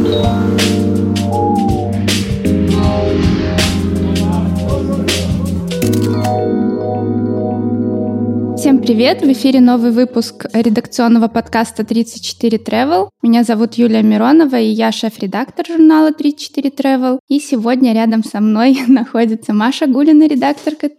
Всем привет! В эфире новый выпуск редакционного подкаста 34 Travel. Меня зовут Юлия Миронова, и я шеф-редактор журнала 34 Travel. И сегодня рядом со мной находится Маша Гулина, редакторка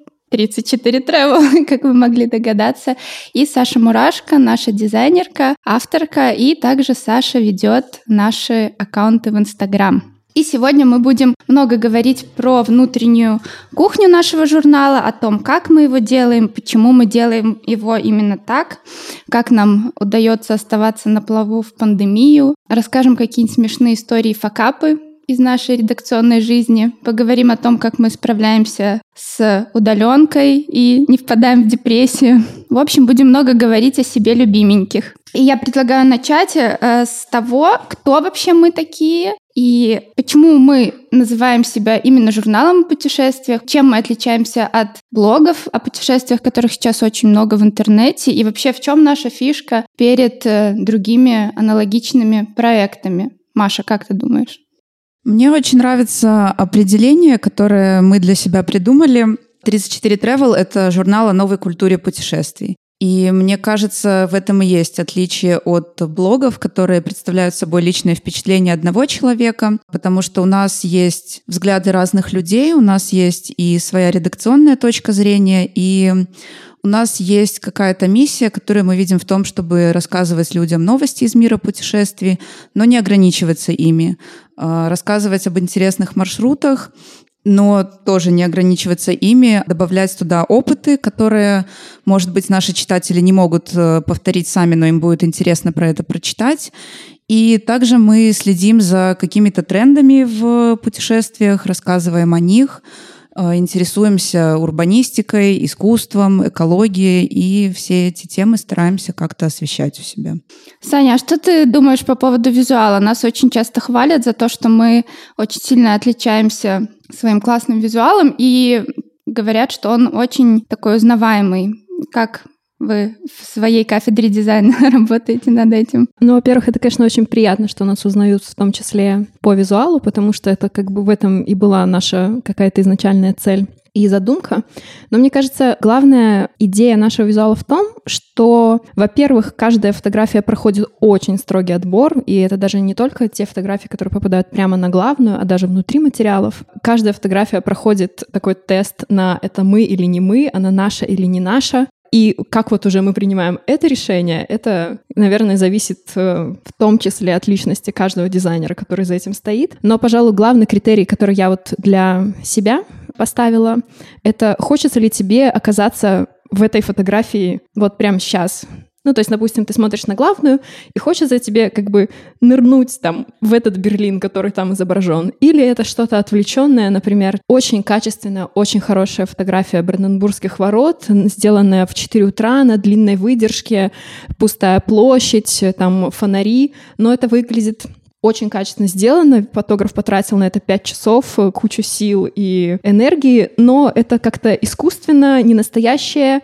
34 Travel, как вы могли догадаться, и Саша Мурашко, наша дизайнерка, авторка, и также Саша ведет наши аккаунты в Инстаграм. И сегодня мы будем много говорить про внутреннюю кухню нашего журнала, о том, как мы его делаем, почему мы делаем его именно так, как нам удается оставаться на плаву в пандемию. Расскажем какие-нибудь смешные истории, факапы из нашей редакционной жизни. Поговорим о том, как мы справляемся с удаленкой и не впадаем в депрессию. В общем, будем много говорить о себе любименьких. И я предлагаю начать с того, кто вообще мы такие и почему мы называем себя именно журналом о путешествиях, чем мы отличаемся от блогов о путешествиях, которых сейчас очень много в интернете, и вообще в чем наша фишка перед другими аналогичными проектами. Маша, как ты думаешь? Мне очень нравится определение, которое мы для себя придумали. 34 Travel — это журнал о новой культуре путешествий. И мне кажется, в этом и есть отличие от блогов, которые представляют собой личное впечатление одного человека, потому что у нас есть взгляды разных людей, у нас есть и своя редакционная точка зрения, и у нас есть какая-то миссия, которую мы видим в том, чтобы рассказывать людям новости из мира путешествий, но не ограничиваться ими, рассказывать об интересных маршрутах, но тоже не ограничиваться ими, добавлять туда опыты, которые, может быть, наши читатели не могут повторить сами, но им будет интересно про это прочитать. И также мы следим за какими-то трендами в путешествиях, рассказываем о них, интересуемся урбанистикой, искусством, экологией, и все эти темы стараемся как-то освещать у себя. Саня, а что ты думаешь по поводу визуала? Нас очень часто хвалят за то, что мы очень сильно отличаемся своим классным визуалом, и говорят, что он очень такой узнаваемый. Как вы в своей кафедре дизайна работаете над этим? Ну, во-первых, это, конечно, очень приятно, что нас узнают в том числе по визуалу, потому что это как бы в этом и была наша какая-то изначальная цель и задумка. Но мне кажется, главная идея нашего визуала в том, что, во-первых, каждая фотография проходит очень строгий отбор, и это даже не только те фотографии, которые попадают прямо на главную, а даже внутри материалов. Каждая фотография проходит такой тест на «это мы или не мы», она наша или не наша. И как вот уже мы принимаем это решение, это, наверное, зависит в том числе от личности каждого дизайнера, который за этим стоит. Но, пожалуй, главный критерий, который я вот для себя поставила, это хочется ли тебе оказаться в этой фотографии вот прямо сейчас. Ну, то есть, допустим, ты смотришь на главную, и хочется тебе как бы нырнуть там в этот Берлин, который там изображен. Или это что-то отвлеченное, например, очень качественная, очень хорошая фотография Бранденбургских ворот, сделанная в 4 утра на длинной выдержке, пустая площадь, там фонари, но это выглядит очень качественно сделано, фотограф потратил на это 5 часов, кучу сил и энергии, но это как-то искусственно, не настоящее,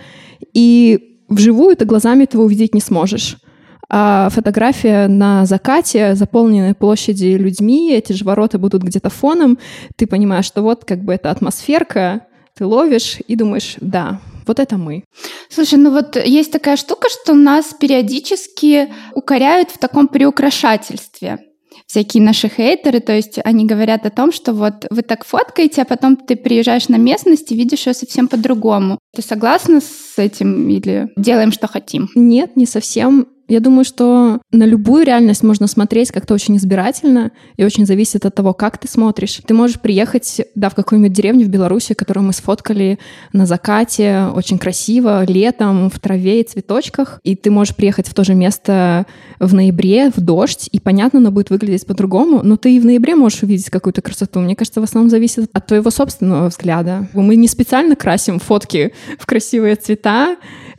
и вживую ты глазами этого увидеть не сможешь. А фотография на закате, заполненной площади людьми, эти же ворота будут где-то фоном, ты понимаешь, что вот как бы это атмосферка, ты ловишь и думаешь, да, вот это мы. Слушай, ну вот есть такая штука, что нас периодически укоряют в таком приукрашательстве. Всякие наши хейтеры, то есть они говорят о том, что вот вы так фоткаете, а потом ты приезжаешь на местность и видишь ее совсем по-другому. Ты согласна с этим или делаем, что хотим? Нет, не совсем. Я думаю, что на любую реальность можно смотреть как-то очень избирательно и очень зависит от того, как ты смотришь. Ты можешь приехать, да, в какую-нибудь деревню в Беларуси, которую мы сфоткали на закате, очень красиво, летом, в траве и цветочках, и ты можешь приехать в то же место в ноябре, в дождь, и, понятно, оно будет выглядеть по-другому, но ты и в ноябре можешь увидеть какую-то красоту. Мне кажется, в основном зависит от твоего собственного взгляда. Мы не специально красим фотки в красивые цвета,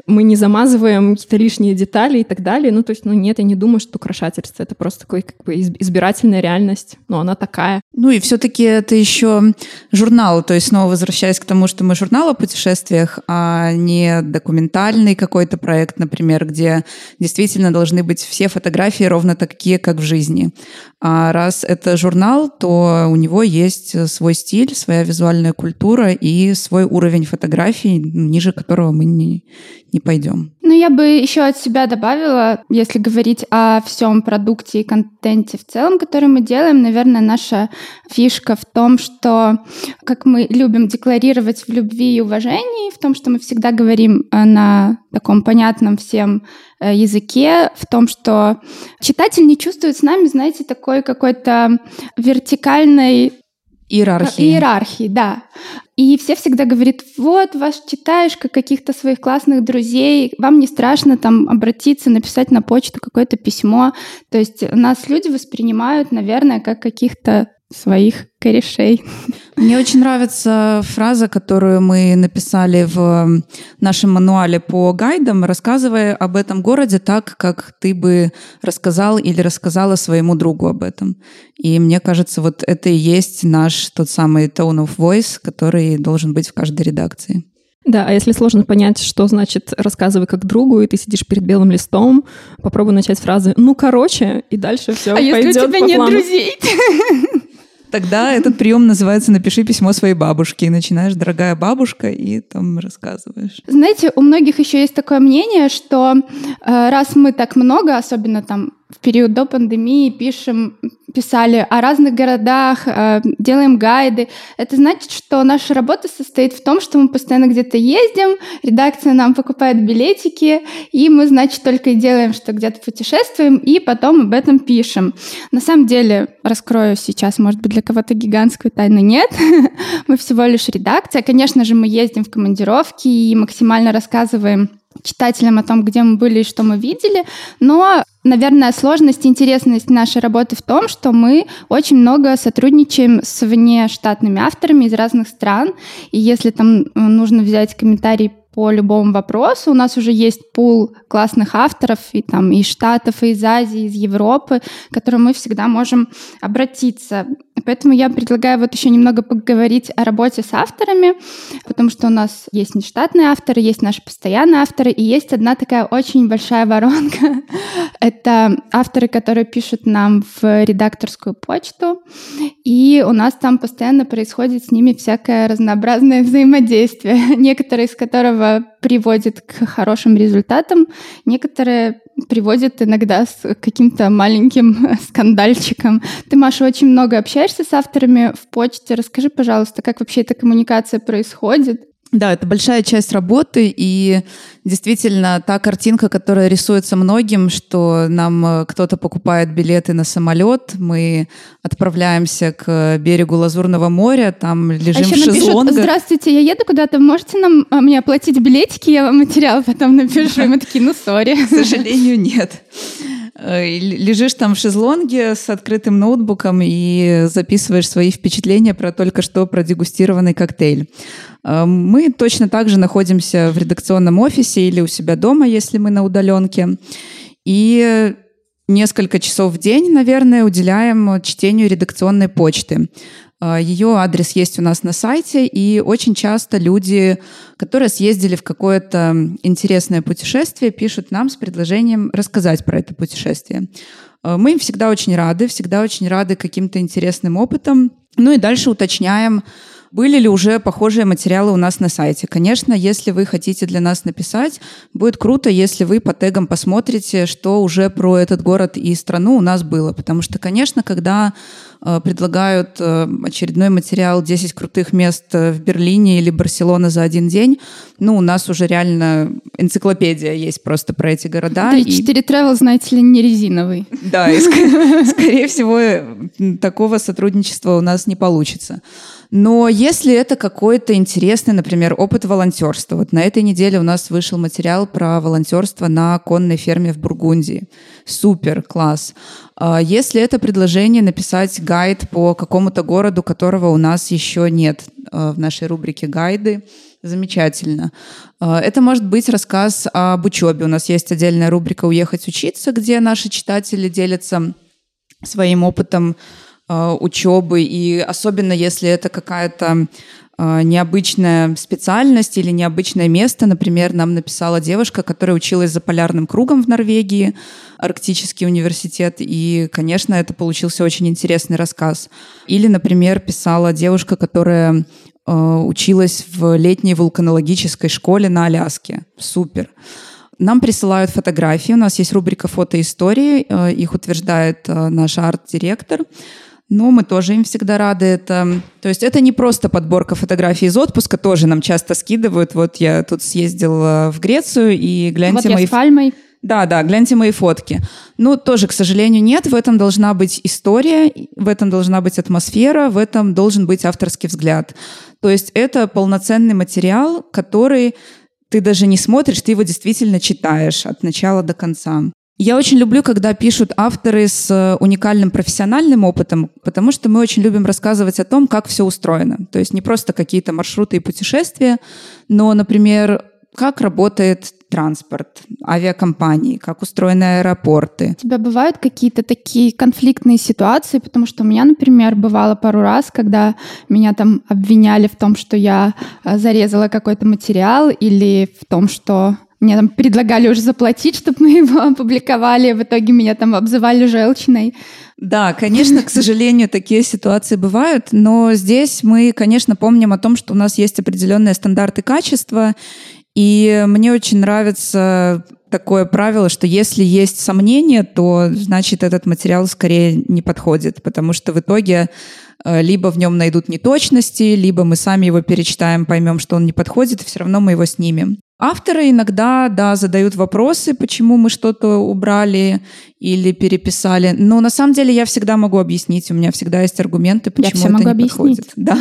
мы не замазываем какие-то лишние детали и так далее. Ну, то есть, нет, я не думаю, что украшательство — это просто такой как бы избирательная реальность. Но она такая. Ну и все-таки это еще журнал, то есть снова возвращаясь к тому, что мы журнал о путешествиях, а не документальный какой-то проект, например, где действительно должны быть все фотографии ровно такие, как в жизни. А раз это журнал, то у него есть свой стиль, своя визуальная культура и свой уровень фотографий, ниже которого мы не пойдем. Ну, я бы еще от себя добавила, если говорить о всем продукте и контенте в целом, который мы делаем, наверное, наша фишка в том, что, как мы любим декларировать в любви и уважении, в том, что мы всегда говорим на таком понятном всем языке, в том, что читатель не чувствует с нами, знаете, такой какой-то вертикальной иерархии, да. И все всегда говорят: вот, вас читаешь как каких-то своих классных друзей, вам не страшно там обратиться, написать на почту какое-то письмо. То есть нас люди воспринимают, наверное, как каких-то своих корешей. Мне очень нравится фраза, которую мы написали в нашем мануале по гайдам, рассказывая об этом городе так, как ты бы рассказал или рассказала своему другу об этом. И мне кажется, вот это и есть наш тот самый tone of voice, который должен быть в каждой редакции. Да, а если сложно понять, что значит «рассказывай как другу», и ты сидишь перед белым листом, попробуй начать с фразы «ну, короче», и дальше все пойдет по плану. А если у тебя нет друзей? Тогда этот прием называется «напиши письмо своей бабушке». И начинаешь «дорогая бабушка», и там рассказываешь. Знаете, у многих еще есть такое мнение, что раз мы так много, особенно там в период до пандемии, писали о разных городах, делаем гайды. Это значит, что наша работа состоит в том, что мы постоянно где-то ездим, редакция нам покупает билетики, и мы, значит, только и делаем, что где-то путешествуем, и потом об этом пишем. На самом деле, раскрою сейчас, может быть, для кого-то гигантскую тайну, нет. Мы всего лишь редакция. Конечно же, мы ездим в командировки и максимально рассказываем читателям о том, где мы были и что мы видели, но, наверное, сложность и интересность нашей работы в том, что мы очень много сотрудничаем с внештатными авторами из разных стран, и если там нужно взять комментарий по любому вопросу, у нас уже есть пул классных авторов и там из Штатов, и из Азии, из Европы, к которым мы всегда можем обратиться. Поэтому я предлагаю вот еще немного поговорить о работе с авторами, потому что у нас есть нештатные авторы, есть наши постоянные авторы, и есть одна такая очень большая воронка. Это авторы, которые пишут нам в редакторскую почту, и у нас там постоянно происходит с ними всякое разнообразное взаимодействие, некоторые из которого приводит к хорошим результатам, некоторые приводят иногда с каким-то маленьким скандальчиком. Ты, Маша, очень много общаешься с авторами в почте. Расскажи, пожалуйста, как вообще эта коммуникация происходит? Да, это большая часть работы, и действительно та картинка, которая рисуется многим, что нам кто-то покупает билеты на самолет, мы отправляемся к берегу Лазурного моря, там лежим в шезлонгах. Напишут: здравствуйте, я еду куда-то, можете мне оплатить билетики, я вам материал потом напишу. И мы такие: ну, сори. К сожалению, нет. Лежишь там в шезлонге с открытым ноутбуком и записываешь свои впечатления про только что продегустированный коктейль. Мы точно так же находимся в редакционном офисе или у себя дома, если мы на удаленке. И несколько часов в день, наверное, уделяем чтению редакционной почты. Ее адрес есть у нас на сайте, и очень часто люди, которые съездили в какое-то интересное путешествие, пишут нам с предложением рассказать про это путешествие. Мы им всегда очень рады каким-то интересным опытом. Ну и дальше уточняем, были ли уже похожие материалы у нас на сайте. Конечно, если вы хотите для нас написать, будет круто, если вы по тегам посмотрите, что уже про этот город и страну у нас было. Потому что, конечно, когда предлагают очередной материал 10 крутых мест в Берлине или Барселоне за один день, у нас уже реально энциклопедия есть просто про эти города. 3-4 travel, знаете ли, не резиновый. Да, и скорее всего, такого сотрудничества у нас не получится. Но если это какой-то интересный, например, опыт волонтерства, вот на этой неделе у нас вышел материал про волонтерство на конной ферме в Бургундии. Супер, класс. Если это предложение написать гайд по какому-то городу, которого у нас еще нет в нашей рубрике «Гайды», Замечательно. Это может быть рассказ об учебе. У нас есть отдельная рубрика «Уехать учиться», где наши читатели делятся своим опытом учебы, и особенно если это какая-то необычная специальность или необычное место. Например, нам написала девушка, которая училась за полярным кругом в Норвегии, Арктический университет, и, конечно, это получился очень интересный рассказ. Или, например, писала девушка, которая училась в летней вулканологической школе на Аляске. Супер. Нам присылают фотографии. У нас есть рубрика «Фотоистории». Их утверждает наш арт-директор. Но мы тоже им всегда рады. То есть это не просто подборка фотографий из отпуска, тоже нам часто скидывают. Вот я тут съездила в Грецию, и гляньте вот мои... с пальмой. Да, гляньте мои фотки. Ну, тоже, к сожалению, нет. В этом должна быть история, в этом должна быть атмосфера, в этом должен быть авторский взгляд. То есть это полноценный материал, который ты даже не смотришь, ты его действительно читаешь от начала до конца. Я очень люблю, когда пишут авторы с уникальным профессиональным опытом, потому что мы очень любим рассказывать о том, как все устроено. То есть не просто какие-то маршруты и путешествия, но, например, как работает транспорт, авиакомпании, как устроены аэропорты. У тебя бывают какие-то такие конфликтные ситуации? Потому что у меня, например, бывало пару раз, когда меня там обвиняли в том, что я зарезала какой-то материал, или в том, что мне там предлагали уже заплатить, чтобы мы его опубликовали, в итоге меня там обзывали желчной. Да, конечно, к сожалению, такие ситуации бывают, но здесь мы, конечно, помним о том, что у нас есть определенные стандарты качества, и мне очень нравится такое правило, что если есть сомнения, то, значит, этот материал скорее не подходит, потому что в итоге либо в нем найдут неточности, либо мы сами его перечитаем, поймем, что он не подходит, и все равно мы его снимем. Авторы иногда, да, задают вопросы, почему мы что-то убрали или переписали. Но на самом деле я всегда могу объяснить, у меня всегда есть аргументы, почему это не подходит. Да.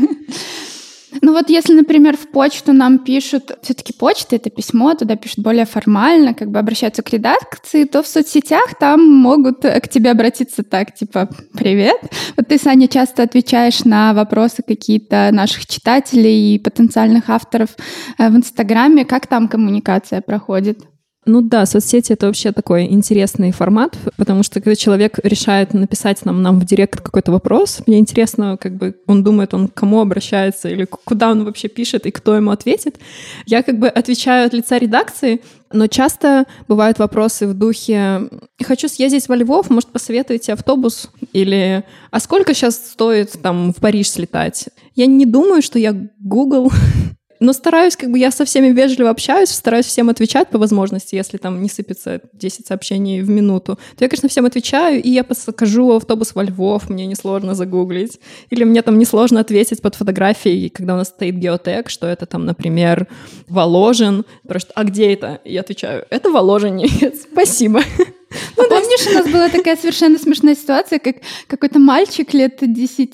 Ну вот если, например, в почту нам пишут, все-таки почта — это письмо, туда пишут более формально, как бы обращаются к редакции, то в соцсетях там могут к тебе обратиться так, типа «Привет». Вот ты, Саня, часто отвечаешь на вопросы какие-то наших читателей и потенциальных авторов в Инстаграме. Как там коммуникация проходит? Ну да, соцсети — это вообще такой интересный формат, потому что когда человек решает написать нам в директ какой-то вопрос, мне интересно, как бы он думает, он к кому обращается или куда он вообще пишет и кто ему ответит. Я как бы отвечаю от лица редакции, но часто бывают вопросы в духе «Хочу съездить во Львов, может, посоветуете автобус?» Или «А сколько сейчас стоит там в Париж слетать?» Я не думаю, что я Google... Но стараюсь, как бы я со всеми вежливо общаюсь, стараюсь всем отвечать по возможности, если там не сыпется 10 сообщений в минуту, то я, конечно, всем отвечаю, и я покажу автобус во Львов, мне несложно загуглить. Или мне там несложно ответить под фотографией, когда у нас стоит геотег, что это там, например, Воложен. Просто, а где это? И я отвечаю, это Воложен. Спасибо. Ну, помнишь, у нас была такая совершенно смешная ситуация, как какой-то мальчик лет 10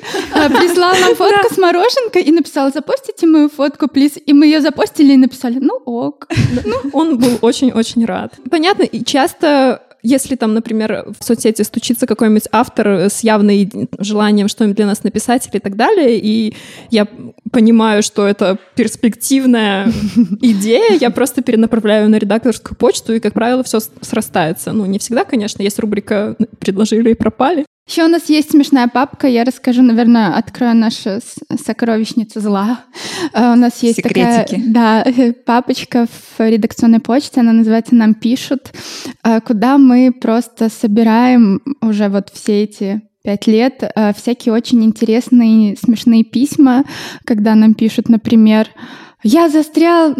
прислал нам фотку с мороженкой и написал «Запостите мою фотку, плиз». И мы ее запостили и написали «Ну ок». Он был очень-очень рад. Понятно, и часто... Если там, например, в соцсети стучится какой-нибудь автор с явным желанием что-нибудь для нас написать или так далее, и я понимаю, что это перспективная идея, я просто перенаправляю на редакторскую почту, и, как правило, все срастается. Ну, не всегда, конечно, есть рубрика «Предложили и пропали». Еще у нас есть смешная папка, я расскажу, наверное, открою нашу сокровищницу зла. У нас есть секретики. Такая, папочка в редакционной почте, она называется «Нам пишут», куда мы просто собираем уже вот все эти 5 лет всякие очень интересные, смешные письма, когда нам пишут, например, я застрял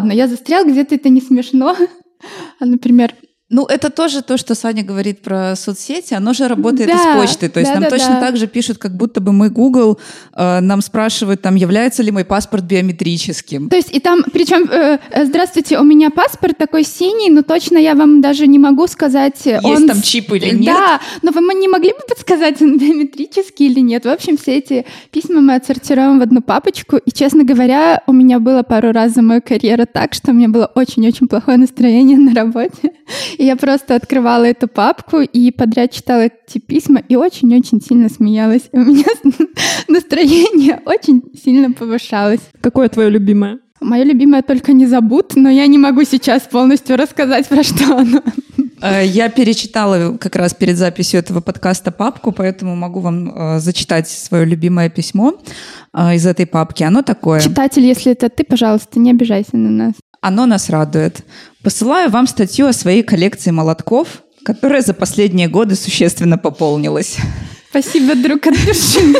где-то, это не смешно, например... Ну, это тоже то, что Саня говорит про соцсети, оно же работает из почты. То есть нам точно так же пишут, как будто бы мы Google, нам спрашивают, там, является ли мой паспорт биометрическим. То есть и там, причем, здравствуйте, у меня паспорт такой синий, но точно я вам даже не могу сказать... Есть там чип или нет? Да, но вы не могли бы подсказать, он биометрический или нет? В общем, все эти письма мы отсортируем в одну папочку, и, честно говоря, у меня было пару раз за мою карьеру так, что у меня было очень-очень плохое настроение на работе. И я просто открывала эту папку и подряд читала эти письма и очень-очень сильно смеялась. И у меня настроение очень сильно повышалось. Какое твое любимое? Мое любимое «Только не забудь», но я не могу сейчас полностью рассказать, про что оно. Я перечитала как раз перед записью этого подкаста папку, поэтому могу вам зачитать свое любимое письмо из этой папки. Оно такое. Читатель, если это ты, пожалуйста, не обижайся на нас. Оно нас радует. Посылаю вам статью о своей коллекции молотков, которая за последние годы существенно пополнилась. Спасибо, друг от души.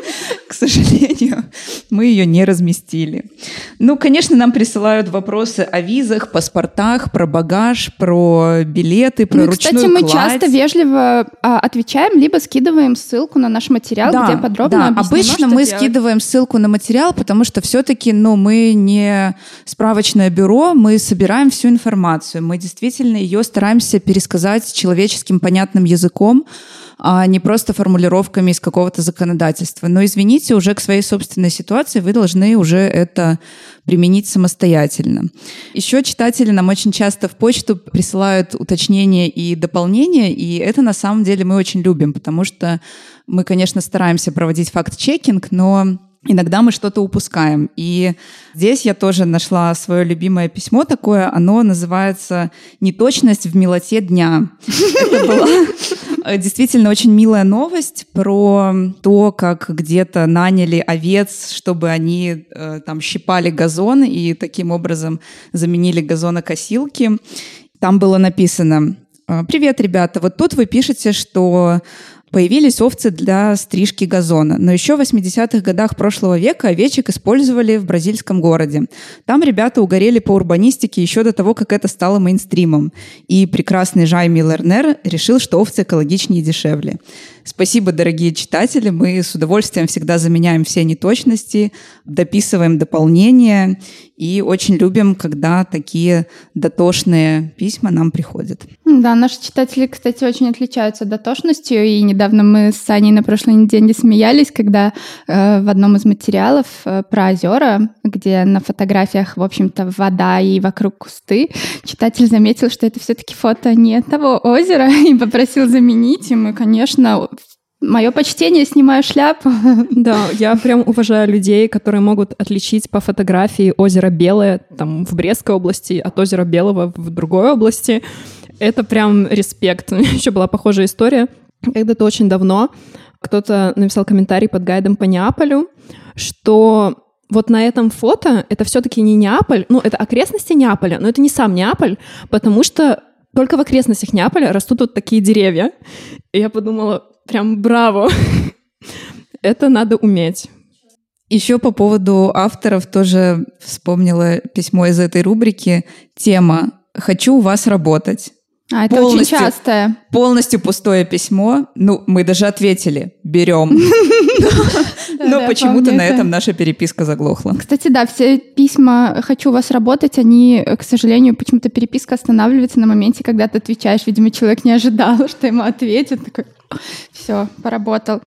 К сожалению, мы ее не разместили. Ну, конечно, нам присылают вопросы о визах, паспортах, про багаж, про билеты, про ручную кстати, мы кладь. часто вежливо отвечаем, либо скидываем ссылку на наш материал, где подробно объяснено, обычно мы скидываем ссылку на материал, потому что все-таки, мы не справочное бюро, мы собираем всю информацию. Мы действительно ее стараемся пересказать человеческим понятным языком, а не просто формулировками из какого-то законодательства. Но, извините, уже к своей собственной ситуации вы должны уже это применить самостоятельно. Еще читатели нам очень часто в почту присылают уточнения и дополнения, и это на самом деле мы очень любим, потому что мы, конечно, стараемся проводить факт-чекинг, но иногда мы что-то упускаем. И здесь я тоже нашла свое любимое письмо такое. Оно называется «Неточность в милоте дня». Это была действительно очень милая новость про то, как где-то наняли овец, чтобы они там щипали газон и таким образом заменили газонокосилки. Там было написано: «Привет, ребята, вот тут вы пишете, что появились овцы для стрижки газона. Но еще в 80-х годах прошлого века овечек использовали в бразильском городе. Там ребята угорели по урбанистике еще до того, как это стало мейнстримом. И прекрасный Жайми Лернер решил, что овцы экологичнее и дешевле». Спасибо, дорогие читатели. Мы с удовольствием всегда заменяем все неточности, дописываем дополнения и очень любим, когда такие дотошные письма нам приходят. Да, наши читатели, кстати, очень отличаются дотошностью. И недавно мы с Саней на прошлой неделе смеялись, когда в одном из материалов про озера, где на фотографиях, в общем-то, вода и вокруг кусты, читатель заметил, что это все-таки фото не того озера, и попросил заменить. И мы, конечно... Мое почтение, снимаю шляпу. Да, я прям уважаю людей, которые могут отличить по фотографии озеро Белое там в Брестской области от озера Белого в другой области. Это прям респект. У меня еще была похожая история. Когда-то очень давно кто-то написал комментарий под гайдом по Неаполю, что вот на этом фото это все-таки не Неаполь, это окрестности Неаполя, но это не сам Неаполь, потому что только в окрестностях Неаполя растут вот такие деревья. И я подумала, прям браво, это надо уметь. Еще по поводу авторов тоже вспомнила письмо из этой рубрики. Тема «Хочу у вас работать». Это очень частое. Полностью пустое письмо. Мы даже ответили «берем». Но почему-то на этом наша переписка заглохла. Кстати, да, все письма «хочу у вас работать», они, к сожалению, почему-то переписка останавливается на моменте, когда ты отвечаешь. Видимо, человек не ожидал, что ему ответят. Такой: все, поработал.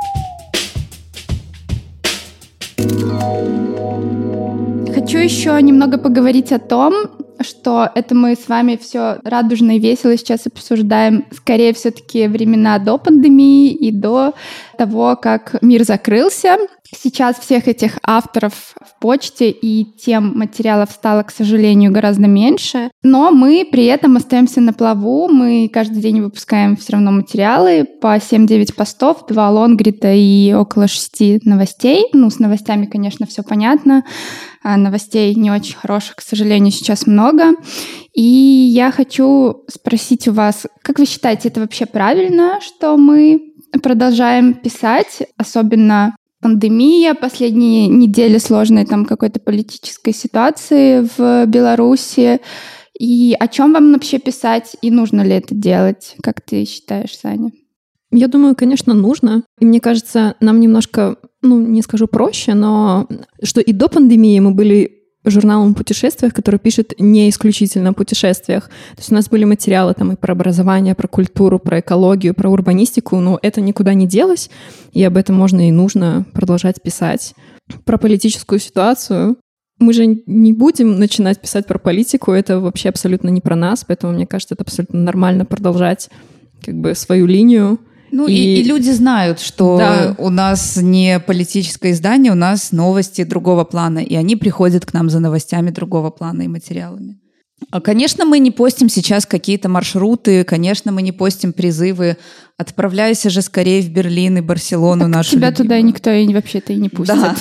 Хочу еще немного поговорить о том, что это мы с вами все радужно и весело сейчас обсуждаем, скорее все-таки времена до пандемии и до того, как мир закрылся. Сейчас всех этих авторов в почте и тем материалов стало, к сожалению, гораздо меньше. Но мы при этом остаемся на плаву. Мы каждый день выпускаем все равно материалы по 7-9 постов, 2 лонгрида и около 6 новостей. С новостями, конечно, все понятно. Новостей не очень хороших, к сожалению, сейчас много. И я хочу спросить у вас, как вы считаете, это вообще правильно, что мы продолжаем писать, особенно пандемия, последние недели сложной какой-то политической ситуации в Беларуси? И о чем вам вообще писать, и нужно ли это делать? Как ты считаешь, Саня? Я думаю, конечно, нужно. И мне кажется, нам немножко, не скажу проще, но что и до пандемии мы были журналом о путешествиях, который пишет не исключительно о путешествиях. То есть у нас были материалы и про образование, про культуру, про экологию, про урбанистику, но это никуда не делось, и об этом можно и нужно продолжать писать. Про политическую ситуацию Мы же не будем начинать писать про политику, это вообще абсолютно не про нас, поэтому, мне кажется, это абсолютно нормально продолжать как бы свою линию. Ну и люди знают, что у нас не политическое издание, у нас новости другого плана, и они приходят к нам за новостями другого плана и материалами. Конечно, мы не постим сейчас какие-то маршруты, конечно, мы не постим призывы «Отправляйся же скорее в Берлин и Барселону». Так нашу тебя любимую. туда никто вообще-то и не пустит. Да.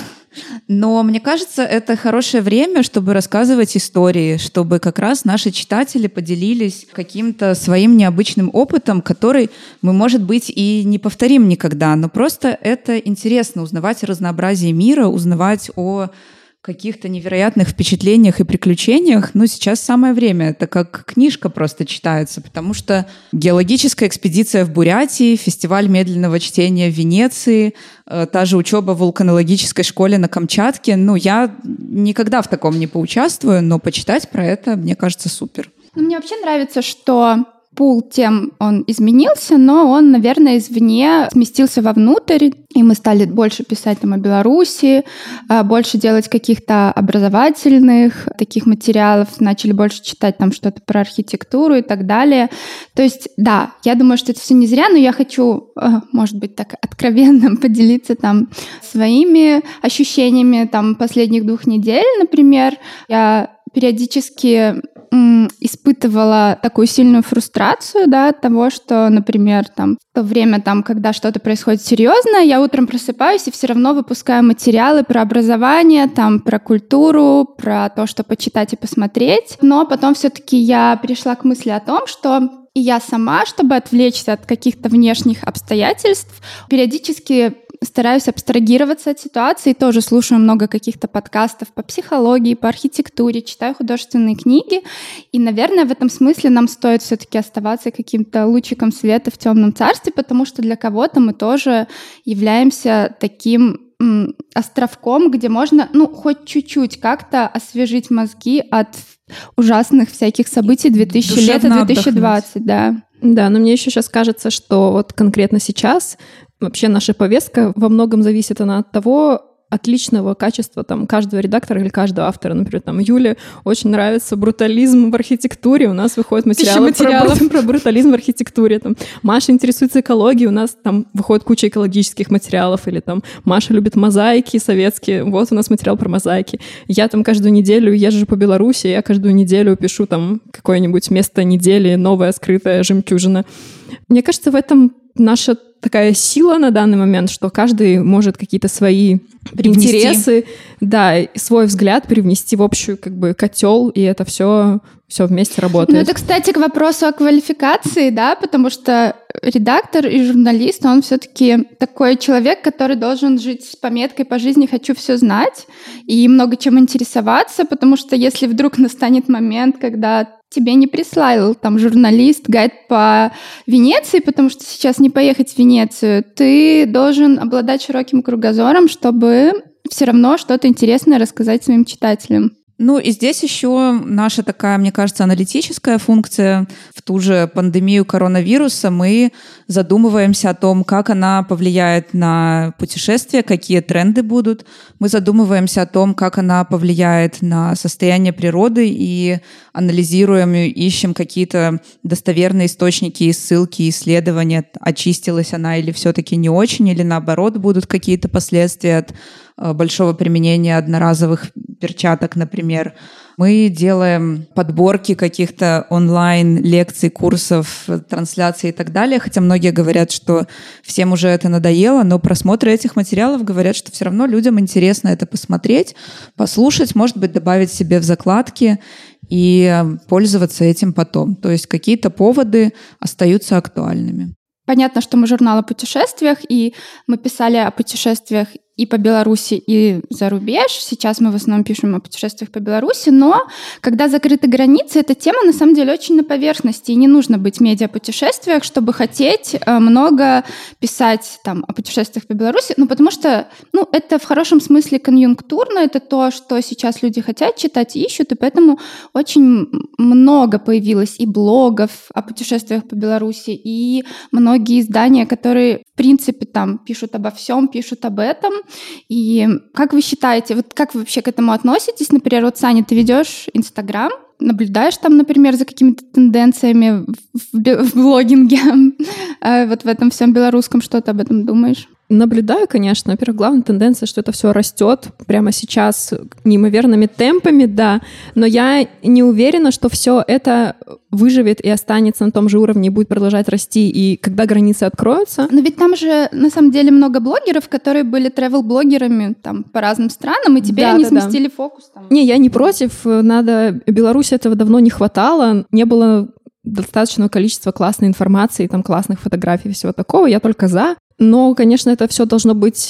Но мне кажется, это хорошее время, чтобы рассказывать истории, чтобы как раз наши читатели поделились каким-то своим необычным опытом, который мы, может быть, и не повторим никогда, но просто это интересно узнавать о разнообразии мира, узнавать о каких-то невероятных впечатлениях и приключениях. Ну, сейчас самое время. Это как книжка просто читается, потому что геологическая экспедиция в Бурятии, фестиваль медленного чтения в Венеции, та же учеба в вулканологической школе на Камчатке. Ну, я никогда в таком не поучаствую, но почитать про это, мне кажется, супер. Мне вообще нравится, что пул тем, он изменился, но он, наверное, извне сместился вовнутрь, и мы стали больше писать там о Беларуси, больше делать каких-то образовательных таких материалов, начали больше читать там что-то про архитектуру и так далее. То есть, да, я думаю, что это все не зря, но я хочу, может быть, так откровенно поделиться там своими ощущениями там последних 2 недель, например. Я периодически испытывала такую сильную фрустрацию, да, от того, что, например, там, в то время, там, когда что-то происходит серьезно, я утром просыпаюсь и все равно выпускаю материалы про образование, там, про культуру, про то, что почитать и посмотреть. Но потом все-таки я пришла к мысли о том, что и я сама, чтобы отвлечься от каких-то внешних обстоятельств, периодически стараюсь абстрагироваться от ситуации, тоже слушаю много каких-то подкастов по психологии, по архитектуре, читаю художественные книги. И, наверное, в этом смысле нам стоит все-таки оставаться каким-то лучиком света в темном царстве, потому что для кого-то мы тоже являемся таким островком, где можно, ну, хоть чуть-чуть как-то освежить мозги от ужасных всяких событий 2000 лета 2020, да. Да, но мне еще сейчас кажется, что вот конкретно сейчас вообще наша повестка во многом зависит она от того, отличного качества там каждого редактора или каждого автора. Например, там Юле очень нравится брутализм в архитектуре, у нас выходят материалы про брутализм в архитектуре. Там Маша интересуется экологией, у нас там выходит куча экологических материалов, или там Маша любит мозаики советские, вот у нас материал про мозаики. Я там каждую неделю езжу по Беларуси, я каждую неделю пишу там какое-нибудь место недели, новая скрытая жемчужина. Мне кажется, в этом наша такая сила на данный момент, что каждый может какие-то свои интересы, да, свой взгляд привнести в общую как бы котел, и это все вместе работает. Ну, это, кстати, к вопросу о квалификации, да, потому что редактор и журналист, он все-таки такой человек, который должен жить с пометкой по жизни «хочу все знать» и много чем интересоваться, потому что если вдруг настанет момент, когда тебе не прислал там журналист гайд по Венеции, потому что сейчас не поехать в Венецию, ты должен обладать широким кругозором, чтобы все равно что-то интересное рассказать своим читателям. Ну и здесь еще наша такая, мне кажется, аналитическая функция. В ту же пандемию коронавируса мы задумываемся о том, как она повлияет на путешествия, какие тренды будут. Мы задумываемся о том, как она повлияет на состояние природы, и анализируем и ищем какие-то достоверные источники и ссылки, исследования, очистилась она или все-таки не очень, или наоборот будут какие-то последствия от большого применения одноразовых перчаток, например. Мы делаем подборки каких-то онлайн-лекций, курсов, трансляций и так далее, хотя многие говорят, что всем уже это надоело, но просмотры этих материалов говорят, что все равно людям интересно это посмотреть, послушать, может быть, добавить себе в закладки и пользоваться этим потом. То есть какие-то поводы остаются актуальными. Понятно, что мы журнал о путешествиях, и мы писали о путешествиях и по Беларуси, и за рубеж. Сейчас мы в основном пишем о путешествиях по Беларуси, но когда закрыты границы, эта тема на самом деле очень на поверхности, и не нужно быть медиа-путешествиях, чтобы хотеть много писать там о путешествиях по Беларуси, ну, потому что, ну, это в хорошем смысле конъюнктурно, это то, что сейчас люди хотят читать и ищут, и поэтому очень много появилось и блогов о путешествиях по Беларуси, и многие издания, которые, в принципе, там пишут обо всем, пишут об этом. И как вы считаете, вот как вы вообще к этому относитесь? Например, вот, Саня, ты ведешь Инстаграм, наблюдаешь там, например, за какими-то тенденциями в блогинге, вот в этом всем белорусском, что ты об этом думаешь? Наблюдаю, конечно. Во-первых, главная тенденция, что это все растет прямо сейчас неимоверными темпами, да. Но я не уверена, что все это выживет и останется на том же уровне и будет продолжать расти. И когда границы откроются... Но ведь там же, на самом деле, много блогеров, которые были travel-блогерами там по разным странам, и теперь они сместили фокус. Там. Не, я не против. Беларуси этого давно не хватало. Не было достаточного количества классной информации, там классных фотографий и всего такого. Я только за. Но, конечно, это все должно быть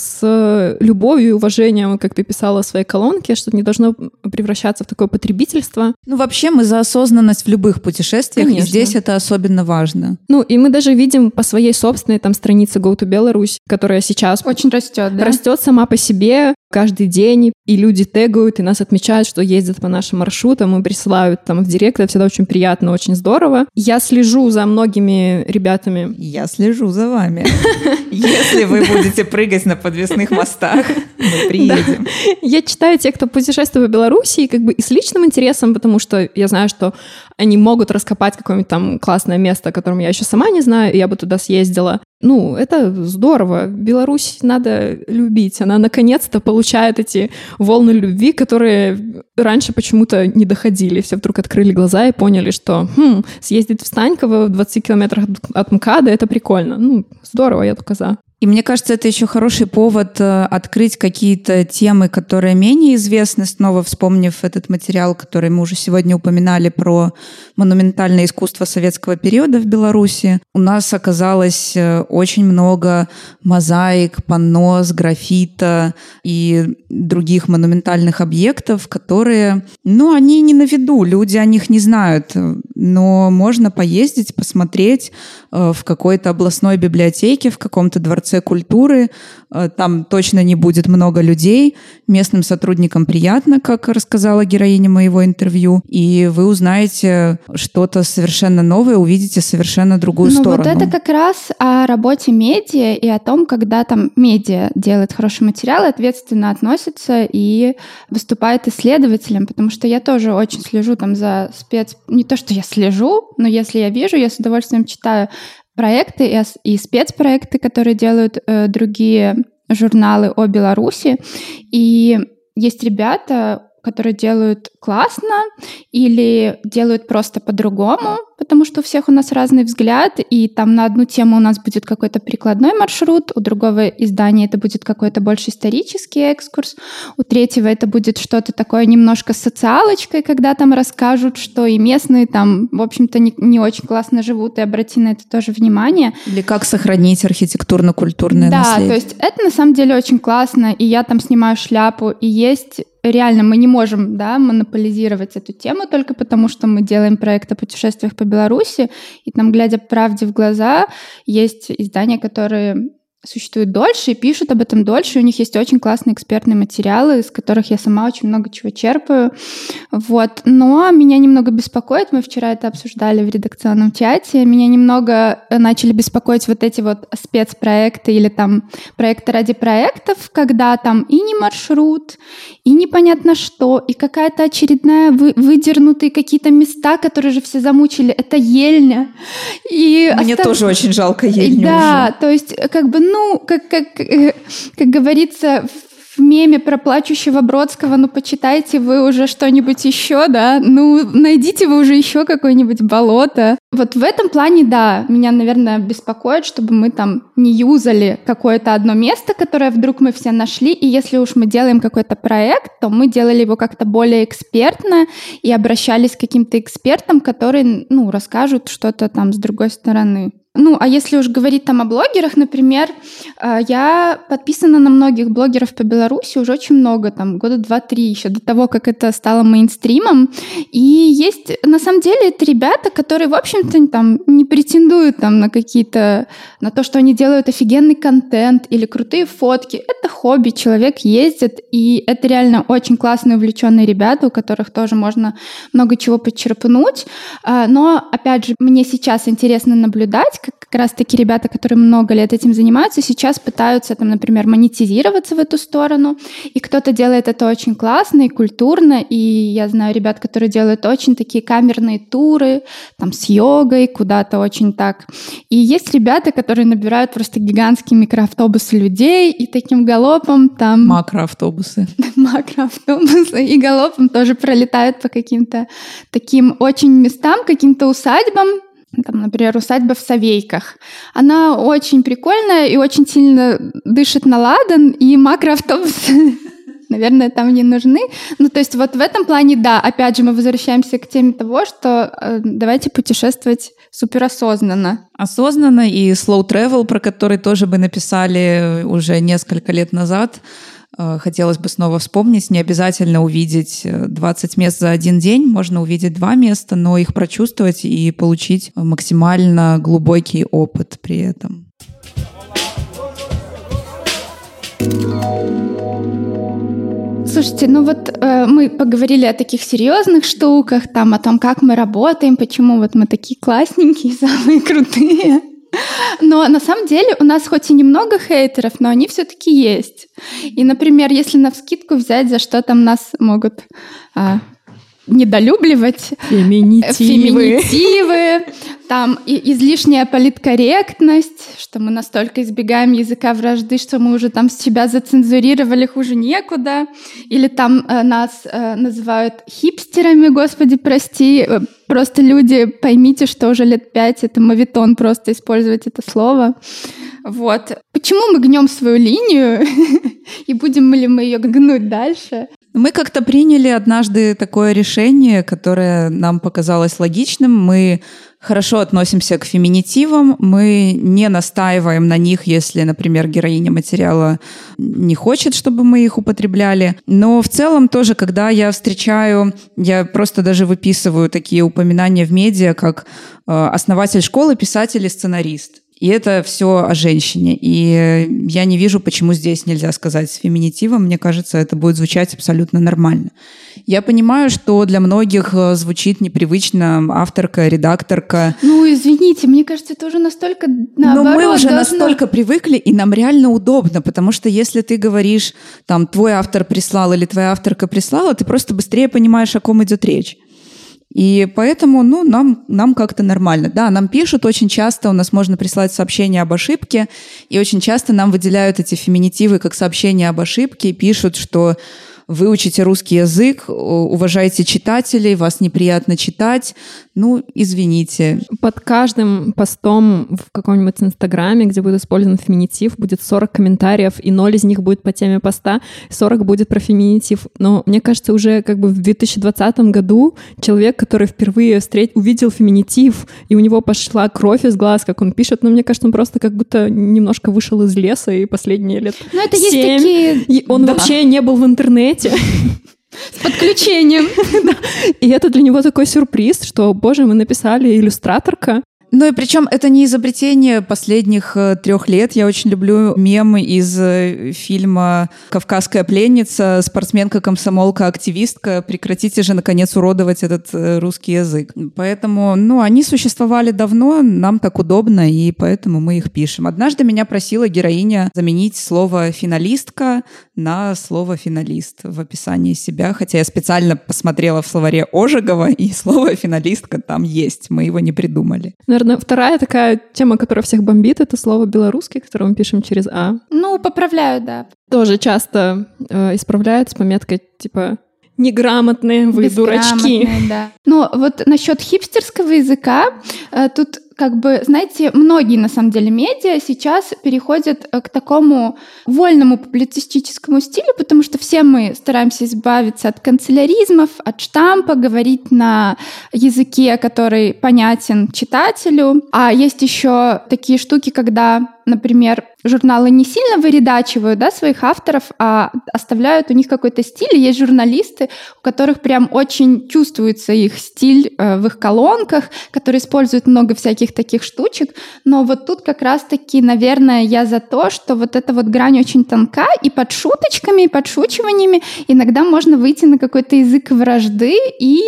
с любовью и уважением, как ты писала в своей колонке, что не должно превращаться в такое потребительство. Ну, вообще мы за осознанность в любых путешествиях, конечно. И здесь это особенно важно. Ну, и мы даже видим по своей собственной там странице Go to Belarus, которая сейчас очень растет, да? Растет сама по себе каждый день, и люди тегают, и нас отмечают, что ездят по нашим маршрутам, и присылают там в директ. Это всегда очень приятно, очень здорово. Я слежу за многими ребятами. Я слежу за вами. Если вы будете прыгать на подвесных мостах, мы приедем. Да. Я читаю тех, кто путешествует в Беларуси, как бы и с личным интересом, потому что я знаю, что они могут раскопать какое-нибудь там классное место, о котором я еще сама не знаю, и я бы туда съездила. Ну, это здорово. Беларусь надо любить. Она наконец-то получает эти волны любви, которые раньше почему-то не доходили. Все вдруг открыли глаза и поняли, что съездить в Станьково в 20 километрах от МКАДа — это прикольно. Ну, здорово, я только за. И мне кажется, это еще хороший повод открыть какие-то темы, которые менее известны, снова вспомнив этот материал, который мы уже сегодня упоминали, про монументальное искусство советского периода в Беларуси. У нас оказалось очень много мозаик, панно, граффита и других монументальных объектов, которые, они не на виду, люди о них не знают, но можно поездить, посмотреть в какой-то областной библиотеке, в каком-то дворце культуры. Там точно не будет много людей. Местным сотрудникам приятно, как рассказала героиня моего интервью. И вы узнаете что-то совершенно новое, увидите совершенно другую сторону. Вот это как раз о работе медиа и о том, когда там медиа делает хороший материал, ответственно относится и выступает исследователем, потому что я тоже очень слежу там за Не то, что я слежу, но если я вижу, я с удовольствием читаю проекты и спецпроекты, которые делают другие журналы о Беларуси. И есть ребята, которые делают классно или делают просто по-другому, потому что у всех у нас разный взгляд, и там на одну тему у нас будет какой-то прикладной маршрут, у другого издания это будет какой-то больше исторический экскурс, у третьего это будет что-то такое немножко с социалочкой, когда там расскажут, что и местные там, в общем-то, не очень классно живут, и обрати на это тоже внимание. Или как сохранить архитектурно-культурное наследие. Да, то есть это на самом деле очень классно, и я там снимаю шляпу, и есть... Реально, мы не можем, монополизировать эту тему только потому, что мы делаем проект о путешествиях по Беларуси, и там, глядя правде в глаза, есть издания, которые существуют дольше и пишут об этом дольше. У них есть очень классные экспертные материалы, из которых я сама очень много чего черпаю. Вот. Но меня немного беспокоит, мы вчера это обсуждали в редакционном чате, меня немного начали беспокоить вот эти вот спецпроекты или там проекты ради проектов, когда там и не маршрут, и непонятно что, и какая-то очередная выдернутые какие-то места, которые же все замучили. Это Ельня. И мне тоже очень жалко Ельню. Да, уже. То есть как говорится в меме про плачущего Бродского, почитайте вы уже что-нибудь еще, да, найдите вы уже еще какое-нибудь болото. Вот в этом плане, да, меня, наверное, беспокоит, чтобы мы там не юзали какое-то одно место, которое вдруг мы все нашли, и если уж мы делаем какой-то проект, то мы делали его как-то более экспертно и обращались к каким-то экспертам, которые, расскажут что-то там с другой стороны. А если уж говорить там о блогерах, например, я подписана на многих блогеров по Беларуси уже очень много, там, года 2-3 еще до того, как это стало мейнстримом. И есть, на самом деле, это ребята, которые, в общем-то, там, не претендуют там, на то, что они делают офигенный контент или крутые фотки. Это хобби, человек ездит, и это реально очень классные, увлеченные ребята, у которых тоже можно много чего подчерпнуть. Но, опять же, мне сейчас интересно наблюдать, как раз-таки ребята, которые много лет этим занимаются, сейчас пытаются, там, например, монетизироваться в эту сторону, и кто-то делает это очень классно и культурно, и я знаю ребят, которые делают очень такие камерные туры, там, с йогой, куда-то очень так. И есть ребята, которые набирают просто гигантские микроавтобусы людей, и таким галопом там... Макроавтобусы. Макроавтобусы, и галопом тоже пролетают по каким-то таким очень местам, каким-то усадьбам. Там, например, усадьба в Совейках. Она очень прикольная и очень сильно дышит на ладан, и макроавтобусы, наверное, там не нужны. Ну, то есть вот в этом плане, да, опять же, мы возвращаемся к теме того, что давайте путешествовать суперосознанно. Осознанно, и slow travel, про который тоже бы написали уже несколько лет назад, хотелось бы снова вспомнить. Не обязательно увидеть 20 мест за один день, можно увидеть 2 места, но их прочувствовать и получить максимально глубокий опыт при этом. Слушайте, ну вот мы поговорили о таких серьезных штуках, там, о том, как мы работаем, почему вот мы такие классненькие, самые крутые. Но на самом деле у нас хоть и немного хейтеров, но они все-таки есть. И, например, если навскидку взять, за что там нас могут недолюбливать. Феминитивы. Там излишняя политкорректность, что мы настолько избегаем языка вражды, что мы уже там себя зацензурировали, хуже некуда. Или там нас называют хипстерами, господи, прости. Просто люди, поймите, что уже лет 5 это моветон просто использовать это слово. Вот. Почему мы гнем свою линию? И будем ли мы ее гнуть дальше? Мы как-то приняли однажды такое решение, которое нам показалось логичным. Мы хорошо относимся к феминитивам, мы не настаиваем на них, если, например, героиня материала не хочет, чтобы мы их употребляли. Но в целом тоже, когда я встречаю, я просто даже выписываю такие упоминания в медиа, как основатель школы, писатель и сценарист. И это все о женщине. И я не вижу, почему здесь нельзя сказать с феминитивом. Мне кажется, это будет звучать абсолютно нормально. Я понимаю, что для многих звучит непривычно авторка, редакторка. Ну, извините, мне кажется, это уже настолько наоборот. Но мы уже настолько привыкли, и нам реально удобно, потому что если ты говоришь, там, твой автор прислал или твоя авторка прислала, ты просто быстрее понимаешь, о ком идет речь. И поэтому, нам как-то нормально. Да, нам пишут очень часто, у нас можно прислать сообщение об ошибке, и очень часто нам выделяют эти феминитивы как сообщение об ошибке, и пишут, что выучите русский язык, уважайте читателей, вас неприятно читать. Ну, извините. Под каждым постом в каком-нибудь Инстаграме, где будет использован феминитив, будет 40 комментариев, и 0 из них будет по теме поста, 40 будет про феминитив. Но мне кажется, уже как бы в 2020 году человек, который впервые увидел феминитив, и у него пошла кровь из глаз, как он пишет, но мне кажется, он просто как будто немножко вышел из леса, и последние лет 7 есть такие... И он вообще не был в интернете. С подключением. И это для него такой сюрприз, что, боже, мы написали иллюстраторка. Ну и причем это не изобретение последних 3 лет. Я очень люблю мемы из фильма «Кавказская пленница», спортсменка, комсомолка, активистка. Прекратите же, наконец, уродовать этот русский язык. Поэтому, они существовали давно, нам так удобно, и поэтому мы их пишем. Однажды меня просила героиня заменить слово «финалистка» на слово «финалист» в описании себя, хотя я специально посмотрела в словаре Ожегова, и слово «финалистка» там есть, мы его не придумали. Наверное, вторая такая тема, которая всех бомбит, это слово «белорусский», которое мы пишем через «а». Ну, поправляю, да. Тоже часто исправляют с пометкой типа «неграмотные, вы дурачки». Да. Но вот насчет хипстерского языка, тут как бы, знаете, многие, на самом деле, медиа сейчас переходят к такому вольному публицистическому стилю, потому что все мы стараемся избавиться от канцеляризмов, от штампа, говорить на языке, который понятен читателю. А есть еще такие штуки, когда, например, журналы не сильно выредачивают, да, своих авторов, а оставляют у них какой-то стиль. И есть журналисты, у которых прям очень чувствуется их стиль в их колонках, которые используют много всяких таких штучек. Но вот тут как раз-таки, наверное, я за то, что вот эта вот грань очень тонка, и под шуточками, и подшучиваниями иногда можно выйти на какой-то язык вражды и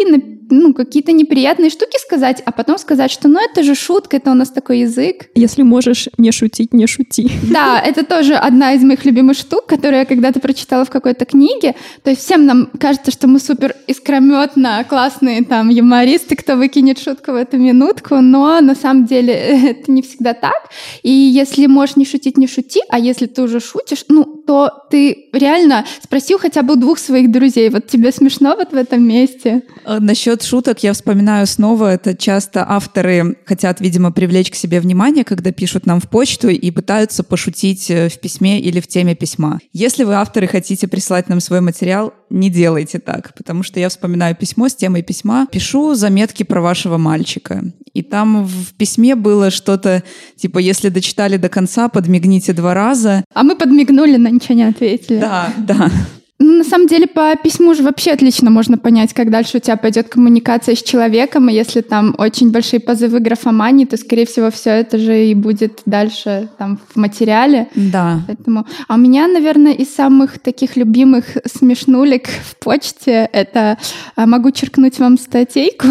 какие-то неприятные штуки сказать, а потом сказать, что это же шутка, это у нас такой язык. Если можешь не шутить, не шути. Да, это тоже одна из моих любимых штук, которую я когда-то прочитала в какой-то книге. То есть всем нам кажется, что мы супер искрометно классные там юмористы, кто выкинет шутку в эту минутку, но на самом деле это не всегда так. И если можешь не шутить, не шути, а если ты уже шутишь, то ты реально спросил хотя бы у 2 своих друзей, вот тебе смешно вот в этом месте? Насчет шуток я вспоминаю снова, это часто авторы хотят, видимо, привлечь к себе внимание, когда пишут нам в почту и пытаются пошутить в письме или в теме письма. Если вы, авторы, хотите прислать нам свой материал, не делайте так, потому что я вспоминаю письмо с темой письма, пишу заметки про вашего мальчика. И там в письме было что-то типа, если дочитали до конца, подмигните 2 раза. А мы подмигнули, но ничего не ответили. Да. На самом деле по письму же вообще отлично можно понять, как дальше у тебя пойдет коммуникация с человеком, и если там очень большие позывы графомании, то, скорее всего, все это же и будет дальше там в материале. Да. Поэтому... А у меня, наверное, из самых таких любимых смешнулек в почте это «могу черкнуть вам статейку».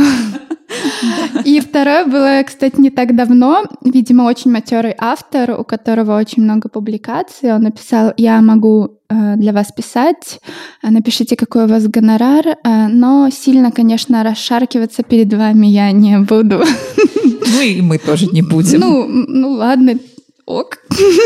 И второе было, кстати, не так давно. Видимо, очень матерый автор, у которого очень много публикаций. Он написал: «Я могу для вас писать, напишите, какой у вас гонорар, но сильно, конечно, расшаркиваться перед вами я не буду». И мы тоже не будем. Ладно, ок.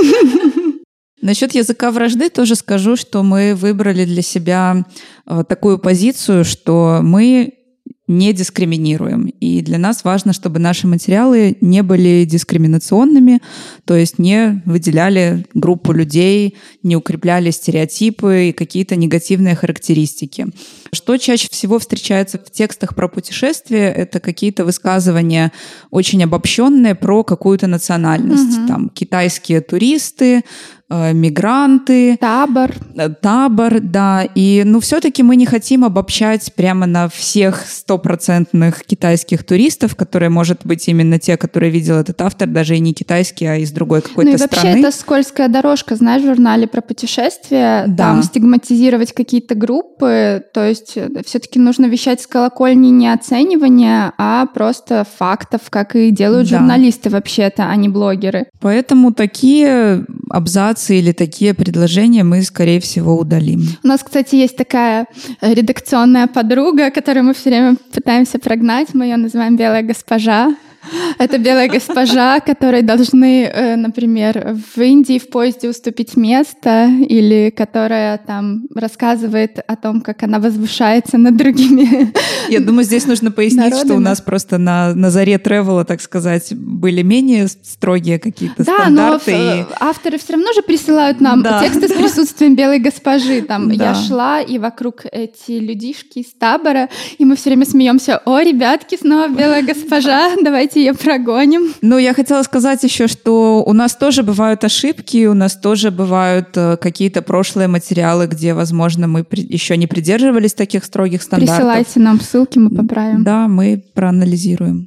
Насчет языка вражды тоже скажу, что мы выбрали для себя такую позицию, что мы не дискриминируем. И для нас важно, чтобы наши материалы не были дискриминационными, то есть не выделяли группу людей, не укрепляли стереотипы и какие-то негативные характеристики. Что чаще всего встречается в текстах про путешествия, это какие-то высказывания очень обобщенные про какую-то национальность. Угу. Там китайские туристы, мигранты. Табор, да. И, все-таки мы не хотим обобщать прямо на всех 100% китайских туристов, которые, может быть, именно те, которые видел этот автор, даже и не китайский, а из другой какой-то страны. Вообще это скользкая дорожка, знаешь, в журнале про путешествия. Да. Там стигматизировать какие-то группы, то есть все-таки нужно вещать с колокольни не оценивания, а просто фактов, как и делают журналисты вообще-то, а не блогеры. Поэтому такие абзацы или такие предложения мы, скорее всего, удалим. У нас, кстати, есть такая редакционная подруга, которую мы все время пытаемся прогнать. Мы ее называем «Белая госпожа». Это белая госпожа, которой должны, например, в Индии в поезде уступить место, или которая там рассказывает о том, как она возвышается над другими. Я думаю, здесь нужно пояснить, народами. Что у нас просто на заре тревела, так сказать, были менее строгие какие-то стандарты. Но авторы все равно же присылают нам тексты с присутствием белой госпожи. Там я шла, и вокруг эти людишки из табора, и мы все время смеемся: «О, ребятки, снова белая госпожа, давайте ее прогоним». Я хотела сказать еще, что у нас тоже бывают ошибки, у нас тоже бывают какие-то прошлые материалы, где, возможно, мы еще не придерживались таких строгих стандартов. Присылайте нам ссылки, мы поправим. Да, мы проанализируем.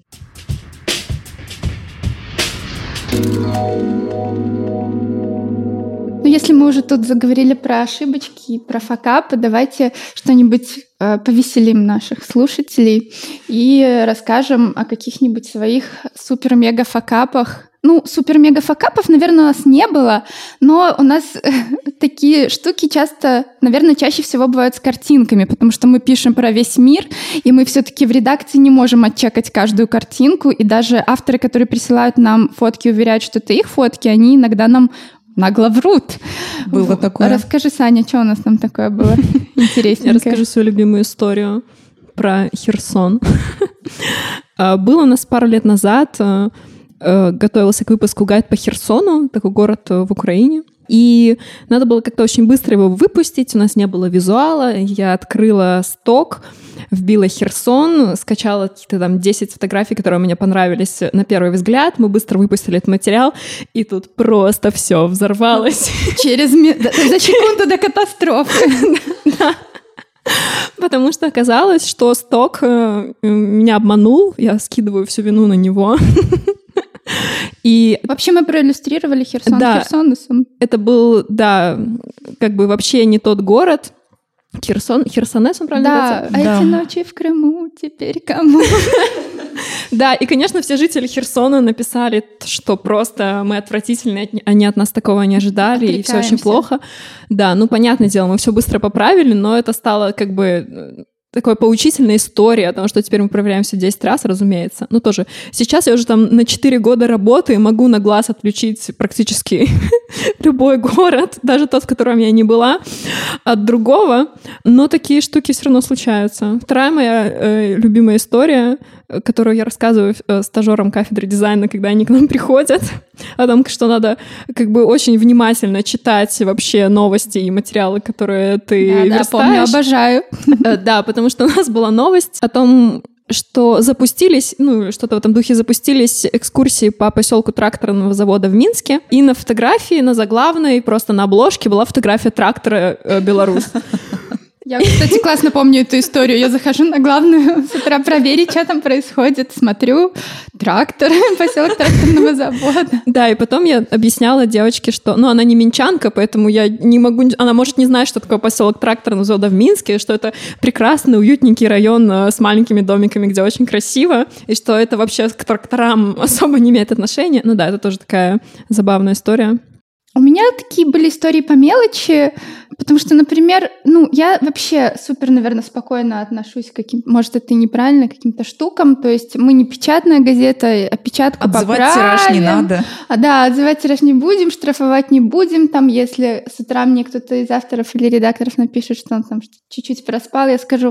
Если мы уже тут заговорили про ошибочки и про факапы, давайте что-нибудь повеселим наших слушателей и расскажем о каких-нибудь своих супер-мега-факапах. Супер-мега-факапов, наверное, у нас не было, но у нас такие штуки часто, наверное, чаще всего бывают с картинками, потому что мы пишем про весь мир, и мы все-таки в редакции не можем отчекать каждую картинку, и даже авторы, которые присылают нам фотки, уверяют, что это их фотки, они иногда нам нагло врут. Было такое. Расскажи, Саня, что у нас там такое было интересненькое? Я расскажу свою любимую историю про Херсон. Было у нас пару лет назад, готовился к выпуску гайд по Херсону, такой город в Украине. И надо было как-то очень быстро его выпустить, у нас не было визуала. Я открыла сток, вбила Херсон, скачала какие-то там 10 фотографий, которые мне понравились на первый взгляд. Мы быстро выпустили этот материал, и тут просто все взорвалось. За секунду до катастрофы. Да. Потому что оказалось, что сток меня обманул, я скидываю всю вину на него. И вообще мы проиллюстрировали Херсон Херсонесом. Это был, вообще не тот город. Херсонес, он правильно называется? Да, эти ночи в Крыму теперь кому? Да, и, конечно, все жители Херсона написали, что просто мы отвратительные, они от нас такого не ожидали, и все очень плохо. Да, ну, понятное дело, мы все быстро поправили, но это стало как бы такой поучительная история о том, что теперь мы проверяем все 10 раз, разумеется. Ну, тоже. Сейчас я уже там на 4 года работаю и могу на глаз отключить практически любой город, даже тот, в котором я не была, от другого. Но такие штуки все равно случаются. Вторая моя любимая история, которую я рассказываю стажерам кафедры дизайна, когда они к нам приходят, о том, что надо как бы очень внимательно читать вообще новости и материалы, которые ты верстаешь. Да, помню, обожаю. Да, потому что у нас была новость о том, что запустились, ну, что-то в этом духе запустились экскурсии по поселку тракторного завода в Минске, и на фотографии, на заглавной, просто на обложке была фотография трактора «Беларусь». Я, кстати, классно помню эту историю. Я захожу на главную с утра проверить, что там происходит. Смотрю, трактор, поселок тракторного завода. Да, и потом я объясняла девочке, что... Ну, она не минчанка, поэтому я не могу... Она может не знать, что такое поселок тракторного завода в Минске, что это прекрасный, уютненький район с маленькими домиками, где очень красиво, и что это вообще к тракторам особо не имеет отношения. Ну да, это тоже такая забавная история. У меня такие были истории по мелочи, потому что, например, ну, я вообще супер, наверное, спокойно отношусь к каким-то, может, это и неправильно, к каким-то штукам, то есть мы не печатная газета, а печатку поправим. Отзывать тираж не надо. Да, отзывать тираж не будем, штрафовать не будем, там, если с утра мне кто-то из авторов или редакторов напишет, что он там чуть-чуть проспал, я скажу,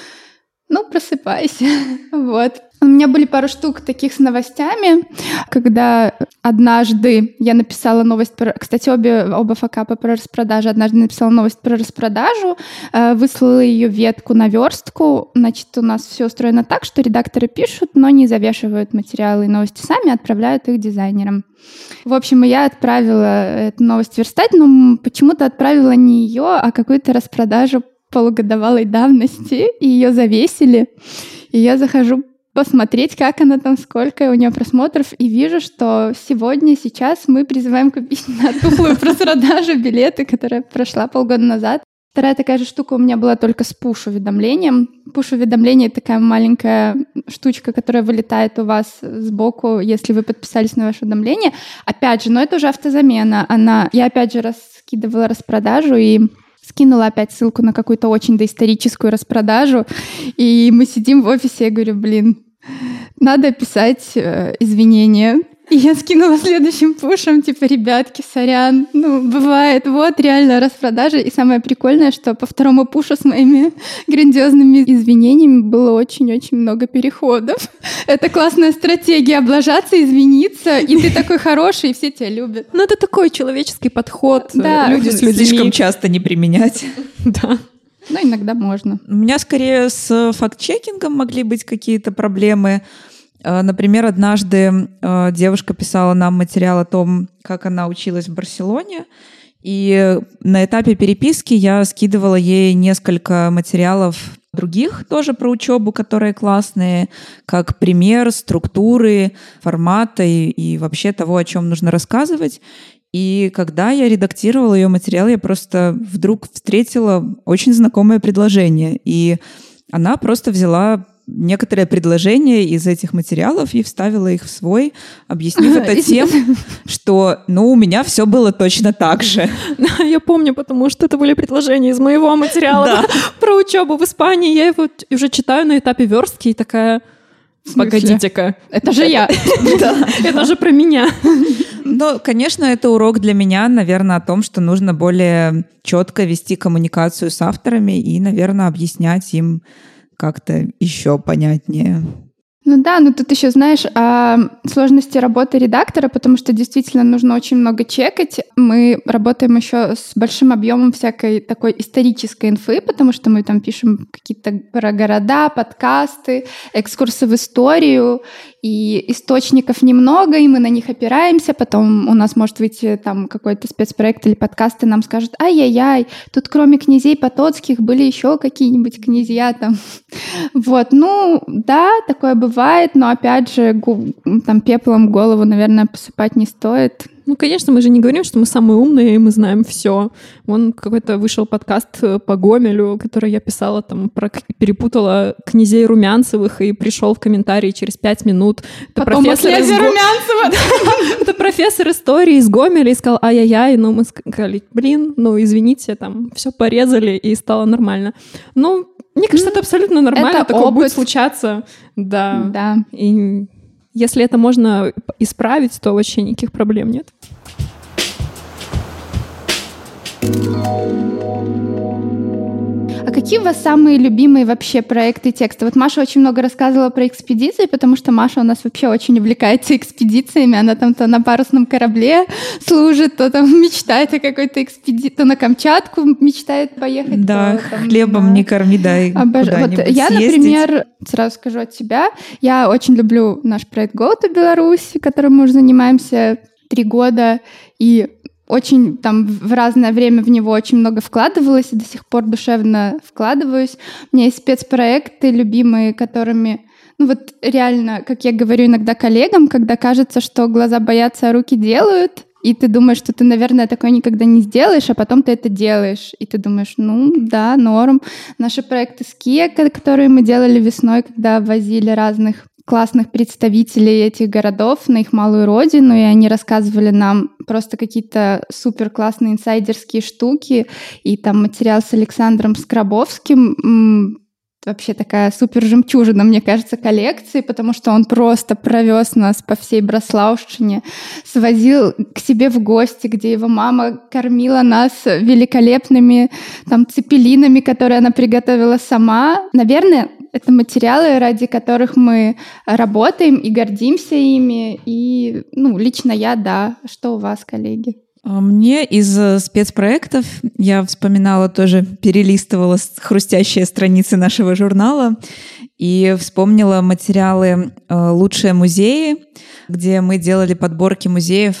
ну, просыпайся, вот. У меня были пару штук таких с новостями, когда однажды я написала новость про... Кстати, оба факапа про распродажу. Однажды написала новость про распродажу, выслала ее ветку на верстку. Значит, у нас все устроено так, что редакторы пишут, но не завешивают материалы и новости сами, отправляют их дизайнерам. В общем, я отправила эту новость верстать, но почему-то отправила не ее, а какую-то распродажу полугодовалой давности, и ее завесили. И я захожу посмотреть, как она там, сколько у нее просмотров, и вижу, что сейчас мы призываем купить на тухлую распродажу билеты, которая прошла полгода назад. Вторая такая же штука у меня была только с пуш-уведомлением. Пуш-уведомление — это такая маленькая штучка, которая вылетает у вас сбоку, если вы подписались на ваше уведомление. Опять же, но это уже автозамена. Я опять же раскидывала распродажу и скинула опять ссылку на какую-то очень доисторическую распродажу, и мы сидим в офисе, я говорю, надо писать извинения. И я скинула следующим пушем, типа, ребятки, сорян, бывает, вот, реально распродажа. И самое прикольное, что по второму пушу с моими грандиозными извинениями было очень-очень много переходов. Это классная стратегия — облажаться, извиниться, и ты такой хороший, и все тебя любят. Ну, это такой человеческий подход. Да, люди с людьми. Слишком часто не применять. Да. Но иногда можно. У меня скорее с факт-чекингом могли быть какие-то проблемы. Например, однажды девушка писала нам материал о том, как она училась в Барселоне, и на этапе переписки я скидывала ей несколько материалов других тоже про учебу, которые классные, как пример структуры, формата и вообще того, о чем нужно рассказывать. И когда я редактировала ее материал, я просто вдруг встретила очень знакомое предложение, и она просто взяла некоторые предложения из этих материалов и вставила их в свой, объяснив это тем, что, у меня все было точно так же. Я помню, потому что это были предложения из моего материала про учебу в Испании. Я его уже читаю на этапе верстки и такая... Погодите-ка. Это же я. Это же про меня. Но, конечно, это урок для меня, наверное, о том, что нужно более четко вести коммуникацию с авторами и, наверное, объяснять им как-то еще понятнее. Тут еще знаешь о сложности работы редактора, потому что действительно нужно очень много чекать. Мы работаем еще с большим объемом всякой такой исторической инфы, потому что мы там пишем какие-то про города, подкасты, экскурсы в историю, и источников немного, и мы на них опираемся. Потом у нас может выйти там какой-то спецпроект или подкаст, и нам скажут: ай-яй-яй, тут кроме князей Потоцких были еще какие-нибудь князья там. Вот, да, такое бывает. бывает, но опять же, там пеплом голову, наверное, посыпать не стоит. Ну, конечно, мы же не говорим, что мы самые умные, и мы знаем все. Вон какой-то вышел подкаст по Гомелю, который я писала, там, перепутала князей Румянцевых, и пришел в комментарии через 5 минут. Потомок князя Румянцева! Это профессор истории из Гомеля, и сказал, ай-яй-яй, ну, мы сказали, извините, там, все порезали, и стало нормально. Ну, мне кажется, это абсолютно нормально, это такое опыт. будет случаться. Да. И если это можно исправить, то вообще никаких проблем нет. А какие у вас самые любимые вообще проекты текста? Вот Маша очень много рассказывала про экспедиции, потому что Маша у нас вообще очень увлекается экспедициями. Она там то на парусном корабле служит, то там мечтает о какой-то экспедиции, то на Камчатку мечтает поехать. Да, то, там, хлебом не корми, дай куда-нибудь Вот я, съездить. например, сразу скажу от себя, я очень люблю наш проект Go to Беларусь, которым мы уже занимаемся 3 года, и очень там в разное время в него очень много вкладывалась и до сих пор душевно вкладываюсь. У меня есть спецпроекты любимые, которыми, ну вот реально, как я говорю иногда коллегам, когда кажется, что глаза боятся, а руки делают, и ты думаешь, что ты, наверное, такое никогда не сделаешь, а потом ты это делаешь, и ты думаешь, ну да, норм. Наши проекты с Kia, которые мы делали весной, когда возили разных классных представителей этих городов на их малую родину, и они рассказывали нам просто какие-то супер классные инсайдерские штуки, и там материал с Александром Скрабовским, вообще такая супер жемчужина, мне кажется, коллекции, потому что он просто провез нас по всей Браславщине, свозил к себе в гости, где его мама кормила нас великолепными там цепелинами, которые она приготовила сама. Наверное, это материалы, ради которых мы работаем и гордимся ими. И, лично я, да. Что у вас, коллеги? Мне из спецпроектов, я вспоминала тоже, перелистывала хрустящие страницы нашего журнала и вспомнила материалы «Лучшие музеи», где мы делали подборки музеев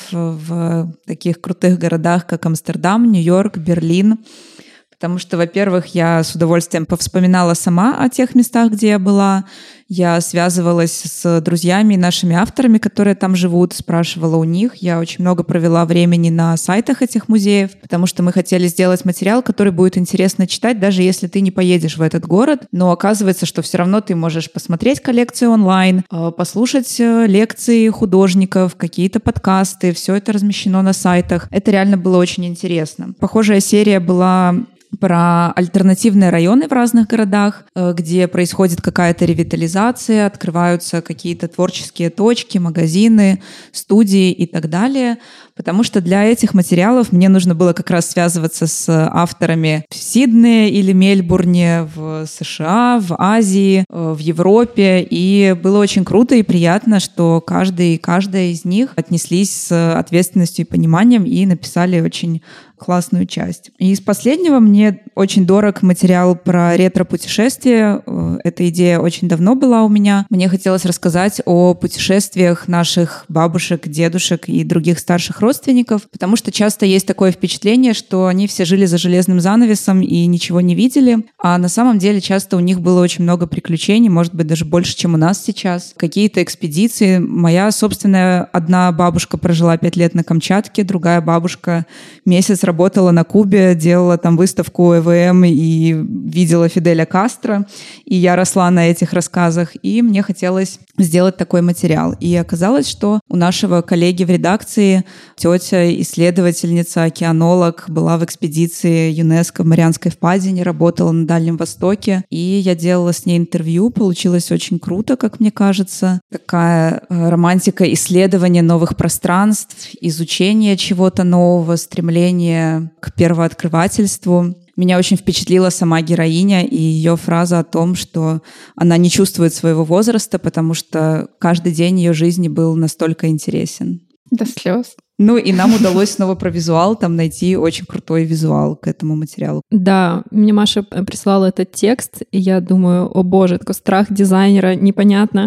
в таких крутых городах, как Амстердам, Нью-Йорк, Берлин. Потому что, во-первых, я с удовольствием повспоминала сама о тех местах, где я была. Я связывалась с друзьями и нашими авторами, которые там живут, спрашивала у них. Я очень много провела времени на сайтах этих музеев, потому что мы хотели сделать материал, который будет интересно читать, даже если ты не поедешь в этот город. Но оказывается, что все равно ты можешь посмотреть коллекцию онлайн, послушать лекции художников, какие-то подкасты. Все это размещено на сайтах. Это реально было очень интересно. Похожая серия была про альтернативные районы в разных городах, где происходит какая-то ревитализация, открываются какие-то творческие точки, магазины, студии и так далее. Потому что для этих материалов мне нужно было как раз связываться с авторами в Сиднее или Мельбурне, в США, в Азии, в Европе. И было очень круто и приятно, что каждый и каждая из них отнеслись с ответственностью и пониманием и написали очень классную часть. И из последнего мне очень дорог материал про ретро-путешествия. Эта идея очень давно была у меня. Мне хотелось рассказать о путешествиях наших бабушек, дедушек и других старших родственников, потому что часто есть такое впечатление, что они все жили за железным занавесом и ничего не видели, а на самом деле часто у них было очень много приключений, может быть, даже больше, чем у нас сейчас. Какие-то экспедиции. Моя собственная одна бабушка прожила 5 лет на Камчатке, другая бабушка месяц работала на Кубе, делала там выставку ЭВМ и видела Фиделя Кастро. И я росла на этих рассказах, и мне хотелось сделать такой материал. И оказалось, что у нашего коллеги в редакции тетя, исследовательница, океанолог, была в экспедиции ЮНЕСКО в Марианской впадине, работала на Дальнем Востоке. И я делала с ней интервью, получилось очень круто, как мне кажется. Такая романтика исследования новых пространств, изучения чего-то нового, стремление к первооткрывательству. Меня очень впечатлила сама героиня и ее фраза о том, что она не чувствует своего возраста, потому что каждый день ее жизни был настолько интересен. До слез. И нам удалось снова про визуал там найти очень крутой визуал к этому материалу. Да, мне Маша прислала этот текст, и я думаю, о боже, такой страх дизайнера, непонятно,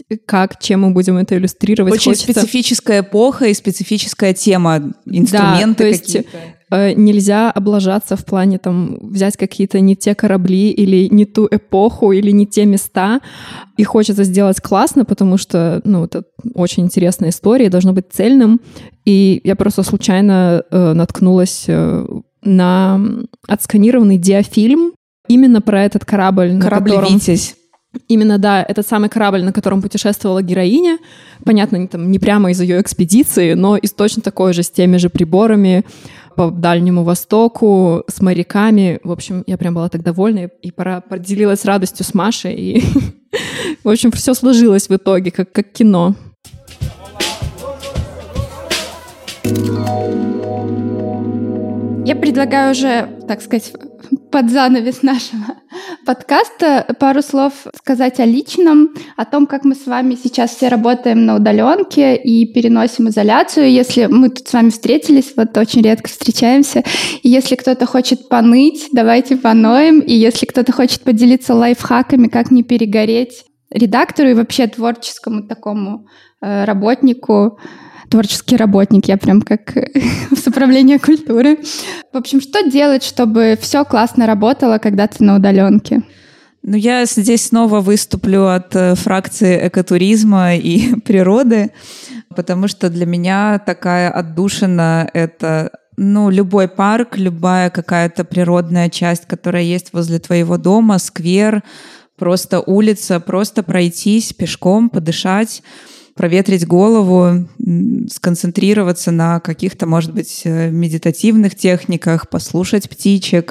чем мы будем это иллюстрировать. Очень специфическая эпоха и специфическая тема, инструменты да, то есть какие-то. нельзя облажаться в плане там взять какие-то не те корабли или не ту эпоху или не те места. И хочется сделать классно, потому что, это очень интересная история, должно быть цельным. И я просто случайно наткнулась на отсканированный диафильм именно про этот корабль. Корабль «Витязь». Именно, да, этот самый корабль, на котором путешествовала героиня. Понятно, не прямо из ее экспедиции, но из точно такой же, с теми же приборами по Дальнему Востоку, с моряками. В общем, я прям была так довольна и поделилась радостью с Машей. И, в общем, все сложилось в итоге, как кино. Я предлагаю уже, так сказать, под занавес нашего подкаста пару слов сказать о личном, о том, как мы с вами сейчас все работаем на удаленке и переносим изоляцию. Если мы тут с вами встретились, вот очень редко встречаемся, и если кто-то хочет поныть, давайте поноем, и если кто-то хочет поделиться лайфхаками, как не перегореть редактору и вообще творческому такому работнику, творческий работник, я прям как с управления культуры. В общем, что делать, чтобы все классно работало, когда ты на удаленке? Я здесь снова выступлю от фракции экотуризма и природы, потому что для меня такая отдушина — это любой парк, любая какая-то природная часть, которая есть возле твоего дома, сквер, просто улица, просто пройтись пешком, подышать, проветрить голову, сконцентрироваться на каких-то, может быть, медитативных техниках, послушать птичек.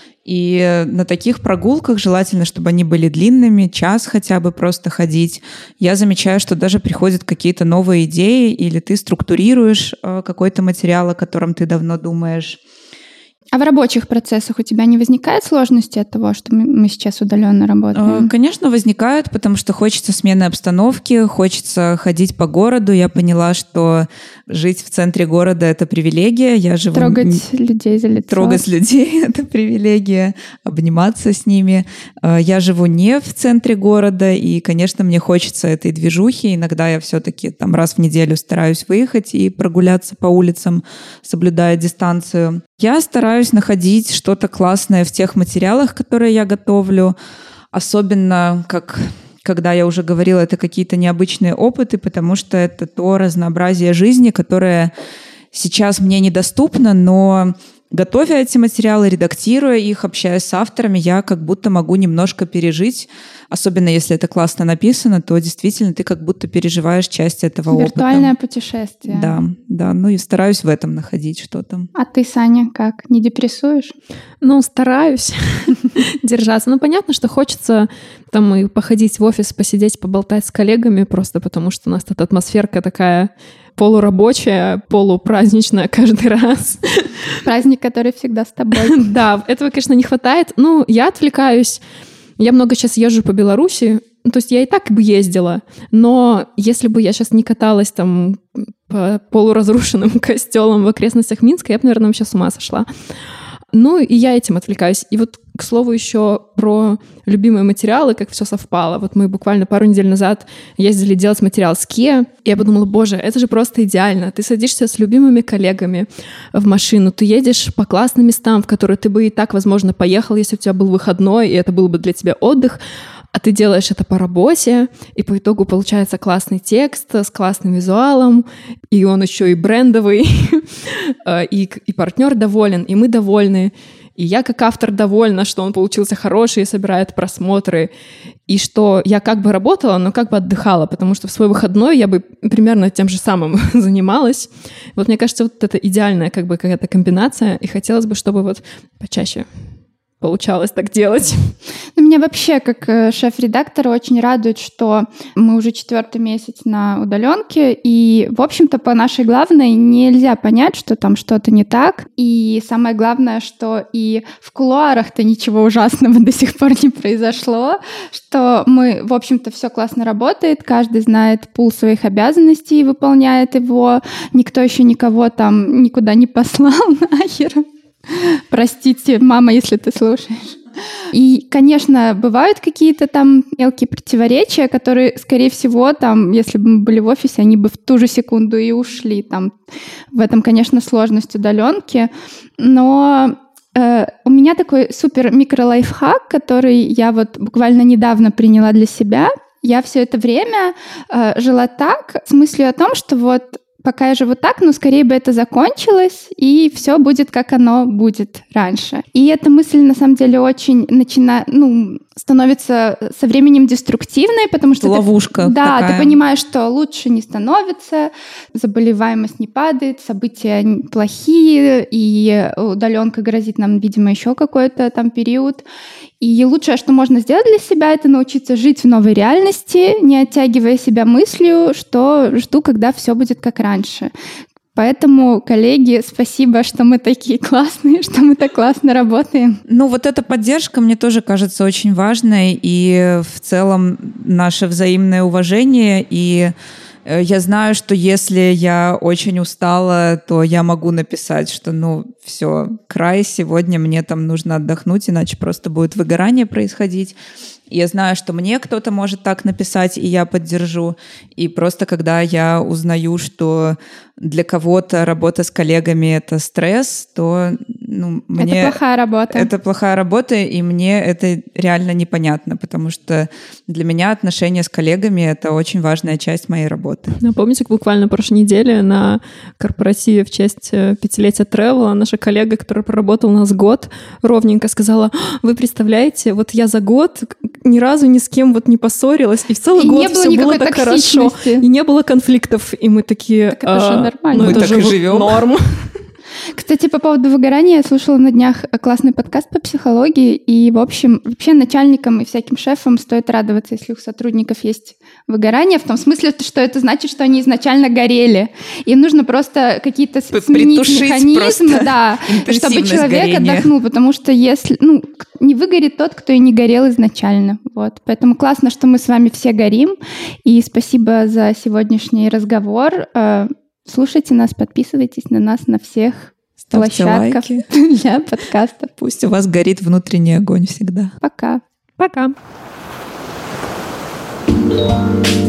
И на таких прогулках желательно, чтобы они были длинными, час хотя бы просто ходить. Я замечаю, что даже приходят какие-то новые идеи, или ты структурируешь какой-то материал, о котором ты давно думаешь. А в рабочих процессах у тебя не возникает сложности от того, что мы сейчас удаленно работаем? Конечно, возникают, потому что хочется смены обстановки, хочется ходить по городу. Я поняла, что жить в центре города — это привилегия. Я живу... Трогать людей за лицо. Трогать людей — это привилегия, обниматься с ними. Я живу не в центре города, и, конечно, мне хочется этой движухи. Иногда я все-таки там раз в неделю стараюсь выехать и прогуляться по улицам, соблюдая дистанцию. Я стараюсь находить что-то классное в тех материалах, которые я готовлю. Особенно, когда я уже говорила, это какие-то необычные опыты, потому что это то разнообразие жизни, которое сейчас мне недоступно, но готовя эти материалы, редактируя их, общаясь с авторами, я как будто могу немножко пережить. Особенно если это классно написано, то действительно ты как будто переживаешь часть этого опыта. Виртуальное путешествие. Да. И стараюсь в этом находить что-то. А ты, Саня, как? Не депрессуешь? Стараюсь держаться. Понятно, что хочется там и походить в офис, посидеть, поболтать с коллегами, просто потому что у нас тут атмосферка такая полурабочая, полупраздничная каждый раз. Праздник, который всегда с тобой. Да, этого, конечно, не хватает. Я отвлекаюсь. Я много сейчас езжу по Беларуси, то есть я и так бы ездила, но если бы я сейчас не каталась там по полуразрушенным костелам в окрестностях Минска, я бы, наверное, вообще с ума сошла. И я этим отвлекаюсь. И вот, к слову, еще про любимые материалы, как все совпало. Вот мы буквально пару недель назад ездили делать материал с Kia, и я подумала, боже, это же просто идеально. Ты садишься с любимыми коллегами в машину, ты едешь по классным местам, в которые ты бы и так, возможно, поехал, если у тебя был выходной, и это был бы для тебя отдых, а ты делаешь это по работе, и по итогу получается классный текст с классным визуалом, и он еще и брендовый, и партнер доволен, и мы довольны. И я как автор довольна, что он получился хороший и собирает просмотры, и что я как бы работала, но как бы отдыхала, потому что в свой выходной я бы примерно тем же самым занималась. Вот мне кажется, вот это идеальная как бы какая-то комбинация, и хотелось бы, чтобы вот почаще получалось так делать. Меня вообще, как шеф-редактора, очень радует, что мы уже 4-й месяц на удаленке, и, в общем-то, по нашей главной нельзя понять, что там что-то не так, и самое главное, что и в кулуарах-то ничего ужасного до сих пор не произошло, что мы, в общем-то, все классно работает, каждый знает пул своих обязанностей и выполняет его, никто еще никого там никуда не послал нахер. Простите, мама, если ты слушаешь. И, конечно, бывают какие-то там мелкие противоречия, которые, скорее всего, там, если бы мы были в офисе, они бы в ту же секунду и ушли. Там, в этом, конечно, сложность удаленки. Но у меня такой супер микро-лайфхак, который я вот буквально недавно приняла для себя. Я все это время жила так, с мыслью о том, что вот пока я живу так, но скорее бы это закончилось, и все будет, как оно будет раньше. И эта мысль, на самом деле, очень становится со временем деструктивной, потому что... Ловушка такая. Ты понимаешь, что лучше не становится, заболеваемость не падает, события плохие, и удаленка грозит нам, видимо, еще какой-то там период. И лучшее, что можно сделать для себя, это научиться жить в новой реальности, не оттягивая себя мыслью, что жду, когда все будет как раньше. Поэтому, коллеги, спасибо, что мы такие классные, что мы так классно работаем. Вот эта поддержка мне тоже кажется очень важной, и в целом наше взаимное уважение. И я знаю, что если я очень устала, то я могу написать, что все, край, сегодня мне там нужно отдохнуть, иначе просто будет выгорание происходить. Я знаю, что мне кто-то может так написать, и я поддержу. И просто когда я узнаю, что для кого-то работа с коллегами — это стресс, то мне... Это плохая работа. Это плохая работа, и мне это реально непонятно, потому что для меня отношения с коллегами — это очень важная часть моей работы. Помните, буквально прошлой неделе на корпоративе в честь 5-летия Travel наша коллега, которая проработала у нас год, ровненько сказала: вы представляете, вот я за год ни разу ни с кем не поссорилась, и в целый год все было так хорошо, и не было конфликтов, и мы такие... Так это же нормально. Мы так и живем. Норм. Кстати, по поводу выгорания, я слушала на днях классный подкаст по психологии, и, в общем, вообще начальникам и всяким шефам стоит радоваться, если у сотрудников есть выгорание, в том смысле, что это значит, что они изначально горели. Им нужно просто какие-то сменить механизмы, чтобы человек отдохнул, потому что если не выгорит тот, кто и не горел изначально. Вот. Поэтому классно, что мы с вами все горим, и спасибо за сегодняшний разговор. Слушайте нас, подписывайтесь на нас на всех площадках для подкастов. Пусть у вас горит внутренний огонь всегда. Пока. Пока.